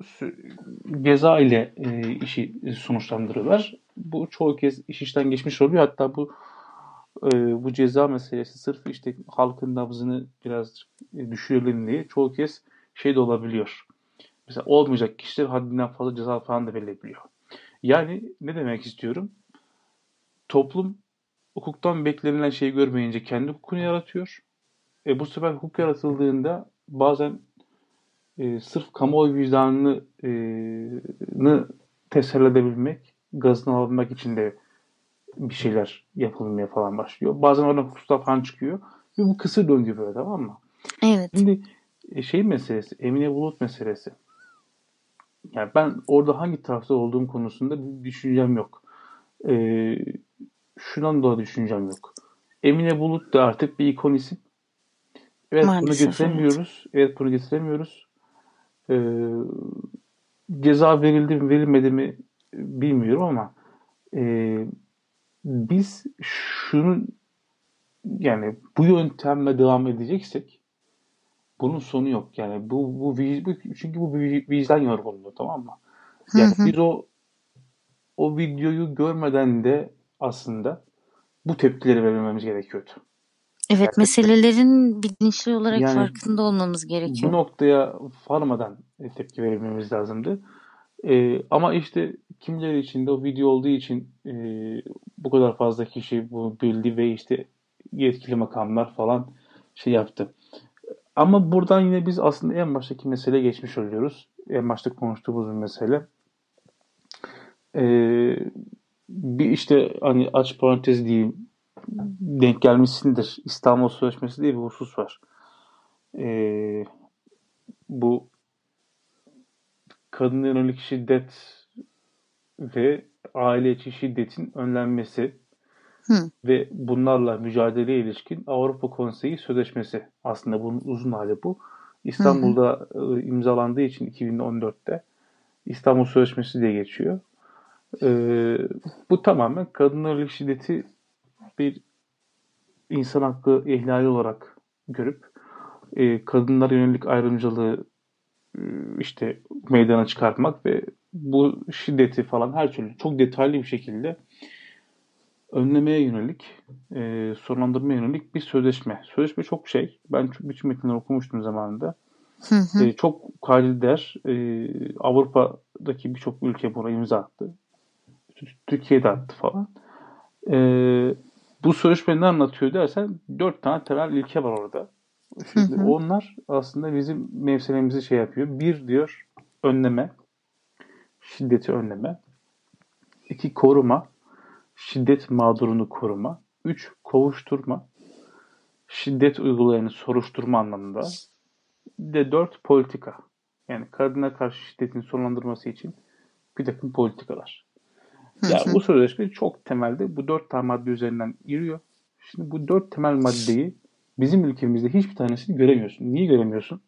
[SPEAKER 1] ceza ile e, işi sonuçlandırıyorlar. Bu çoğu kez iş işten geçmiş oluyor. Hatta bu e, bu ceza meselesi sırf işte halkın nabzını biraz e, düşürelim diye çoğu kez şey de olabiliyor. Mesela olmayacak kişiler haddinden fazla ceza falan da verilebiliyor. Yani ne demek istiyorum? Toplum hukuktan beklenilen şeyi görmeyince kendi hukukunu yaratıyor. E bu sefer hukuk yaratıldığında bazen e, sırf kamuoyu vicdanını e, nı teselli edebilmek, gazını alabilmek için de bir şeyler yapılmaya falan başlıyor. Bazen oradan hukuslar falan çıkıyor. Ve bu kısır döngü böyle, tamam mı?
[SPEAKER 2] Evet.
[SPEAKER 1] Şimdi e, şey meselesi, Emine Bulut meselesi. Yani ben orada hangi tarafta olduğum konusunda bir düşüncem yok. E, şundan dolayı düşüncem yok. Emine Bulut da artık bir ikon isim. Evet bunu
[SPEAKER 2] Maalesef evet.
[SPEAKER 1] getiremiyoruz. Evet bunu getiremiyoruz. Ee, ceza verildi mi verilmedi mi bilmiyorum ama e, biz şunu yani bu yöntemle devam edeceksek bunun sonu yok. Yani bu bu vic- çünkü bu bir vicdan yorgunluğu, tamam mı?
[SPEAKER 2] Hı
[SPEAKER 1] Yani
[SPEAKER 2] hı.
[SPEAKER 1] biz o o videoyu görmeden de aslında bu tepkileri vermemiz gerekiyordu.
[SPEAKER 2] Evet,
[SPEAKER 1] Gerçekten.
[SPEAKER 2] meselelerin bilinçli olarak
[SPEAKER 1] Yani
[SPEAKER 2] farkında olmamız
[SPEAKER 1] bu
[SPEAKER 2] gerekiyor.
[SPEAKER 1] noktaya varmadan e, tepki verilmemiz lazımdı. Ee, ama işte kimileri için de o video olduğu için e, bu kadar fazla kişi bunu bildi ve işte yetkili makamlar falan şey yaptı. Ama buradan yine biz aslında en baştaki meseleye geçmiş oluyoruz. En başta konuştuğumuz bir mesele. Ee, bir işte hani aç parantez diyeyim, denk gelmişsindir. İstanbul Sözleşmesi diye bir husus var. Ee, bu kadına yönelik şiddet ve aile içi şiddetin önlenmesi
[SPEAKER 2] Hı
[SPEAKER 1] ve bunlarla mücadeleye ilişkin Avrupa Konseyi Sözleşmesi. Aslında bunun uzun hali bu.
[SPEAKER 2] hı. Hı.
[SPEAKER 1] İstanbul'da e, imzalandığı için iki bin on dörtte İstanbul Sözleşmesi diye geçiyor. E, bu tamamen kadınlara yönelik şiddeti bir insan hakkı ihlali olarak görüp e, kadınlara yönelik ayrımcılığı e, işte meydana çıkartmak ve bu şiddeti falan her türlü çok detaylı bir şekilde önlemeye yönelik, e, sonlandırmaya yönelik bir sözleşme. Sözleşme çok şey. Ben çok, bütün metinleri okumuştum zamanında.
[SPEAKER 2] Hı hı.
[SPEAKER 1] E, çok kaydı değer. E, Avrupa'daki birçok ülke buna imza attı. Türkiye'de attı falan. E, bu sözleşme ne anlatıyor dersen dört tane temel ilke var orada.
[SPEAKER 2] Hı
[SPEAKER 1] Şimdi
[SPEAKER 2] hı.
[SPEAKER 1] onlar aslında bizim mevsimimizi şey yapıyor. Bir diyor önleme, şiddeti önleme. İki koruma, şiddet mağdurunu koruma. Üç kovuşturma, şiddet uygulayanı soruşturma anlamında. Bir de dört politika. Yani kadına karşı şiddetin sonlandırması için bir takım politikalar.
[SPEAKER 2] Hı
[SPEAKER 1] Ya
[SPEAKER 2] hı.
[SPEAKER 1] bu sözleşme çok temelde bu dört tane madde üzerinden yürüyor. Şimdi bu dört temel maddeyi bizim ülkemizde hiçbir tanesini göremiyorsun. Niye göremiyorsun?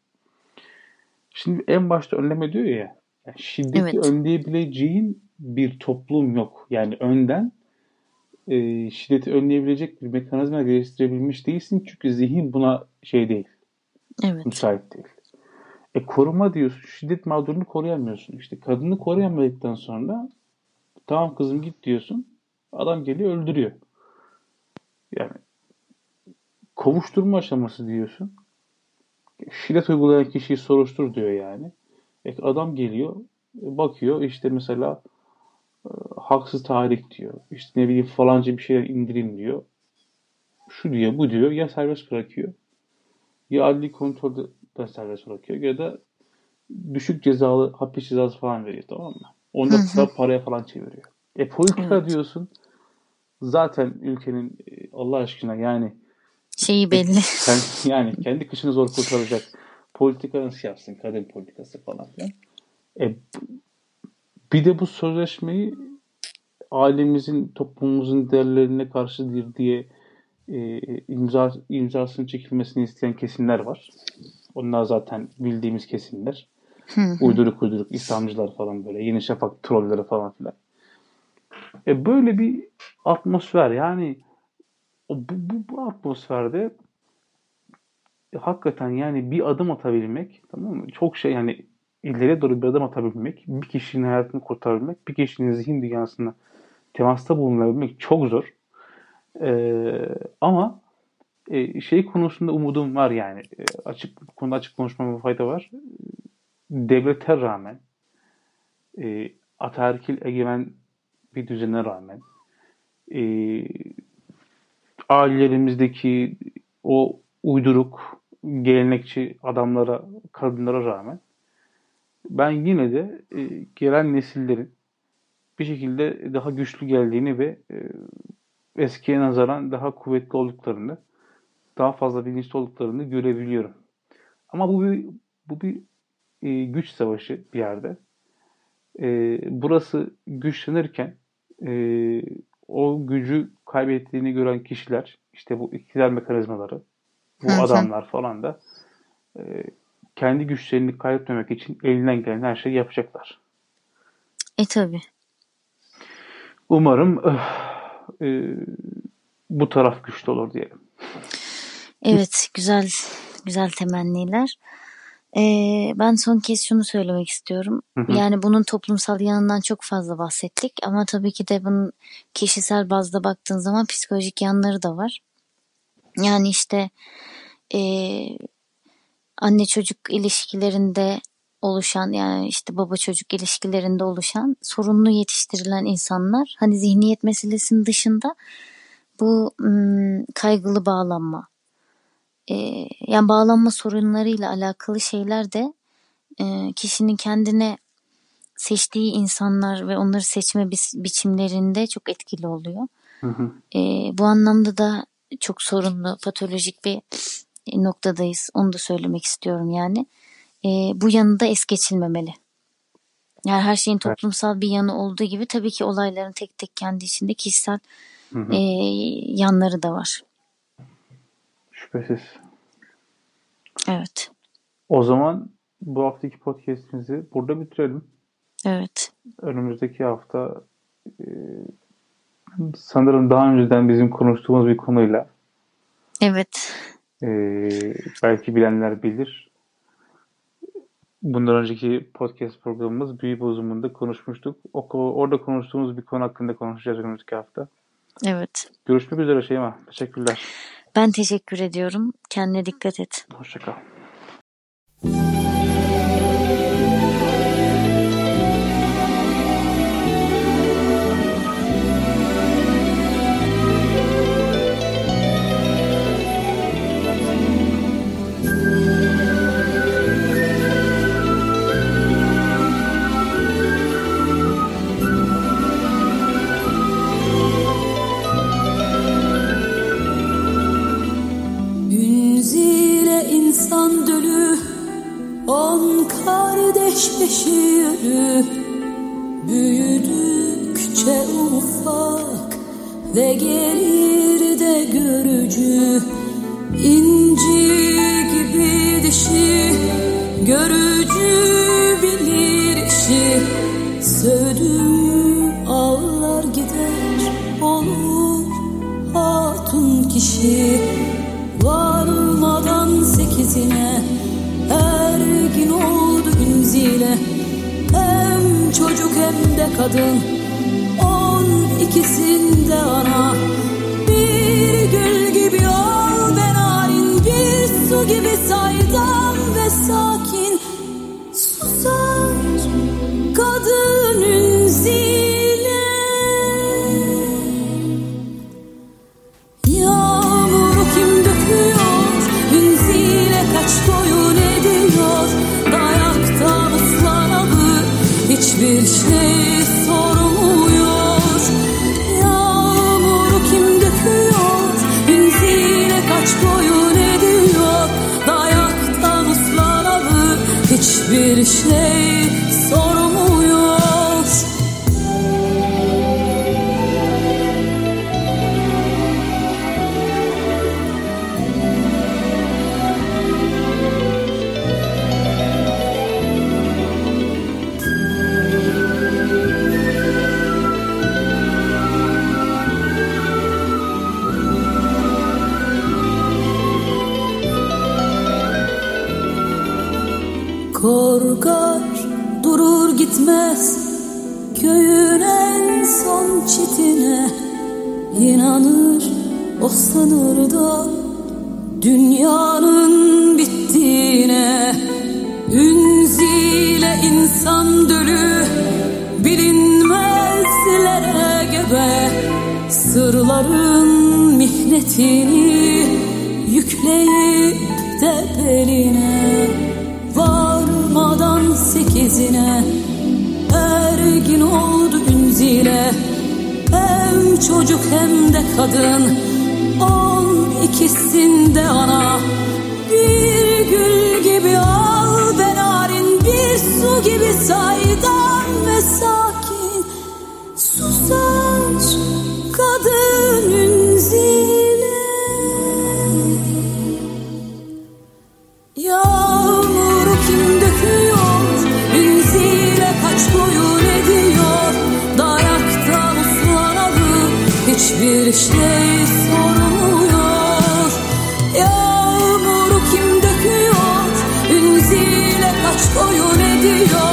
[SPEAKER 1] Şimdi en başta önleme diyor ya, yani şiddeti
[SPEAKER 2] Evet.
[SPEAKER 1] önleyebileceğin bir toplum yok. Yani önden e, şiddeti önleyebilecek bir mekanizma geliştirebilmiş değilsin çünkü zihin buna şey değil,
[SPEAKER 2] Evet.
[SPEAKER 1] müsait değil. E koruma diyorsun. Şiddet mağdurunu koruyamıyorsun. İşte kadını koruyamadıktan sonra tamam kızım git diyorsun. Adam geliyor öldürüyor. Yani kovuşturma aşaması diyorsun. Şiddet uygulayan kişiyi soruştur diyor yani. E adam geliyor bakıyor işte mesela haksız tahrik diyor. İşte ne bileyim falanca bir şeyler indirin diyor. Şu diyor bu diyor ya serbest bırakıyor. Ya adli kontrolde da serbest bırakıyor ya da düşük cezalı hapis cezası falan veriyor, tamam mı?
[SPEAKER 2] Hı
[SPEAKER 1] Onu da
[SPEAKER 2] hı.
[SPEAKER 1] para, paraya falan çeviriyor. E politika
[SPEAKER 2] Evet.
[SPEAKER 1] diyorsun. Zaten ülkenin e, Allah aşkına yani
[SPEAKER 2] Şeyi
[SPEAKER 1] tek,
[SPEAKER 2] belli.
[SPEAKER 1] kendi, yani kendi kışını zor kurtaracak politika nasıl yapsın? Kadın politikası falan filan. E, Bir de bu sözleşmeyi ailemizin, toplumumuzun değerlerine karşıdır diye e, imza imzasının çekilmesini isteyen kesimler var. Onlar zaten bildiğimiz kesimler.
[SPEAKER 2] Hı hı.
[SPEAKER 1] Uyduruk uyduruk İslamcılar falan böyle. Yeni Şafak trolleri falan filan. E böyle bir atmosfer yani o, bu, bu, bu atmosferde e, hakikaten yani bir adım atabilmek, tamam mı? Çok şey yani ileriye doğru bir adım atabilmek, bir kişinin hayatını kurtarabilmek, bir kişinin zihin dünyasına temasta bulunabilmek çok zor. Ee, ama e, şey konusunda umudum var yani. E, açık bu konuda açık konuşmama fayda var. Devlete rağmen, e, ataerkil egemen bir düzene rağmen, e, ailelerimizdeki o uyduruk, gelenekçi adamlara, kadınlara rağmen ben yine de e, gelen nesillerin bir şekilde daha güçlü geldiğini ve e, eskiye nazaran daha kuvvetli olduklarını, daha fazla bilinçli olduklarını görebiliyorum. Ama bu bir, bu bir e, güç savaşı bir yerde. E, burası güçlenirken e, o gücü kaybettiğini gören kişiler, işte bu iktidar mekanizmaları, bu
[SPEAKER 2] Hı hı.
[SPEAKER 1] adamlar falan da e, kendi güçlerini kaybetmemek için elinden gelen her şeyi yapacaklar.
[SPEAKER 2] E tabii.
[SPEAKER 1] Umarım e, bu taraf güçlü olur diyelim.
[SPEAKER 2] Evet, güzel güzel temenniler. Ee, ben son kez şunu söylemek istiyorum.
[SPEAKER 1] Hı hı.
[SPEAKER 2] Yani bunun toplumsal yanından çok fazla bahsettik ama tabii ki de bunun kişisel bazda baktığın zaman psikolojik yanları da var. Yani işte ee, anne çocuk ilişkilerinde oluşan, yani işte baba çocuk ilişkilerinde oluşan sorunlu yetiştirilen insanlar, hani zihniyet meselesinin dışında bu ım, kaygılı bağlanma, e, yani bağlanma sorunlarıyla alakalı şeyler de e, kişinin kendine seçtiği insanlar ve onları seçme bi- biçimlerinde çok etkili oluyor.
[SPEAKER 1] Hı hı.
[SPEAKER 2] E, bu anlamda da çok sorunlu, patolojik bir noktadayız. Onu da söylemek istiyorum yani. E, bu yanı da es geçilmemeli. Yani her şeyin toplumsal bir yanı olduğu gibi tabii ki olayların tek tek kendi içinde kişisel
[SPEAKER 1] Hı hı.
[SPEAKER 2] e, yanları da var.
[SPEAKER 1] Şüphesiz.
[SPEAKER 2] Evet.
[SPEAKER 1] O zaman bu haftaki podcast'imizi burada bitirelim.
[SPEAKER 2] Evet.
[SPEAKER 1] Önümüzdeki hafta e, sanırım daha önceden bizim konuştuğumuz bir konuyla
[SPEAKER 2] Evet.
[SPEAKER 1] e, belki bilenler bilir. Bundan önceki podcast programımız Büyü Bozumu'nda konuşmuştuk. O, orada konuştuğumuz bir konu hakkında konuşacağız önümüzdeki hafta.
[SPEAKER 2] Evet.
[SPEAKER 1] Görüşmek üzere Şeyma. Teşekkürler.
[SPEAKER 2] Ben teşekkür ediyorum. Kendine dikkat et.
[SPEAKER 1] Hoşça kal.
[SPEAKER 4] İnsan dölü, on kardeş peşi yürü, büyüdükçe ufak ve gelir de görücü. İnci gibi dişi, görücü bilir işi. Sövdüm ağlar gider, olur hatun kişi. Varmadan sekizine ergin oldu ünzile. Hem çocuk hem de kadın, on ikisinde ana. Bir gül gibi ol ve narin, bir su gibi saydam ve sakin. Susar kadın ünzile. Kaç boyun ediyor, dayaktan ıslanalı hiçbir şey sormuyor. Yağmuru kim döküyor, benzine kaç boyun ediyor, dayaktan ıslanalı hiçbir şey sormuyor. Korkar durur gitmez köyün en son çitine, İnanır o sınırda dünyanın bittiğine. Ünziyle insan dölü bilinmezlere gebe, sırların mihnetini yükleyip de beline. Varmadan sekizine ergin oldu Ünzile, hem çocuk hem de kadın, on ikisinde ana. Bir gül gibi al ve narin, bir su gibi saydam ve sakin. Susar kadın Ünzile. Yağmuru kim döküyor, Ünzile kaç boyun ediyor. Dayaktan uslanalı hiçbir şey sormuyor. Yağmuru kim döküyor, Ünzile kaç boyun ediyor.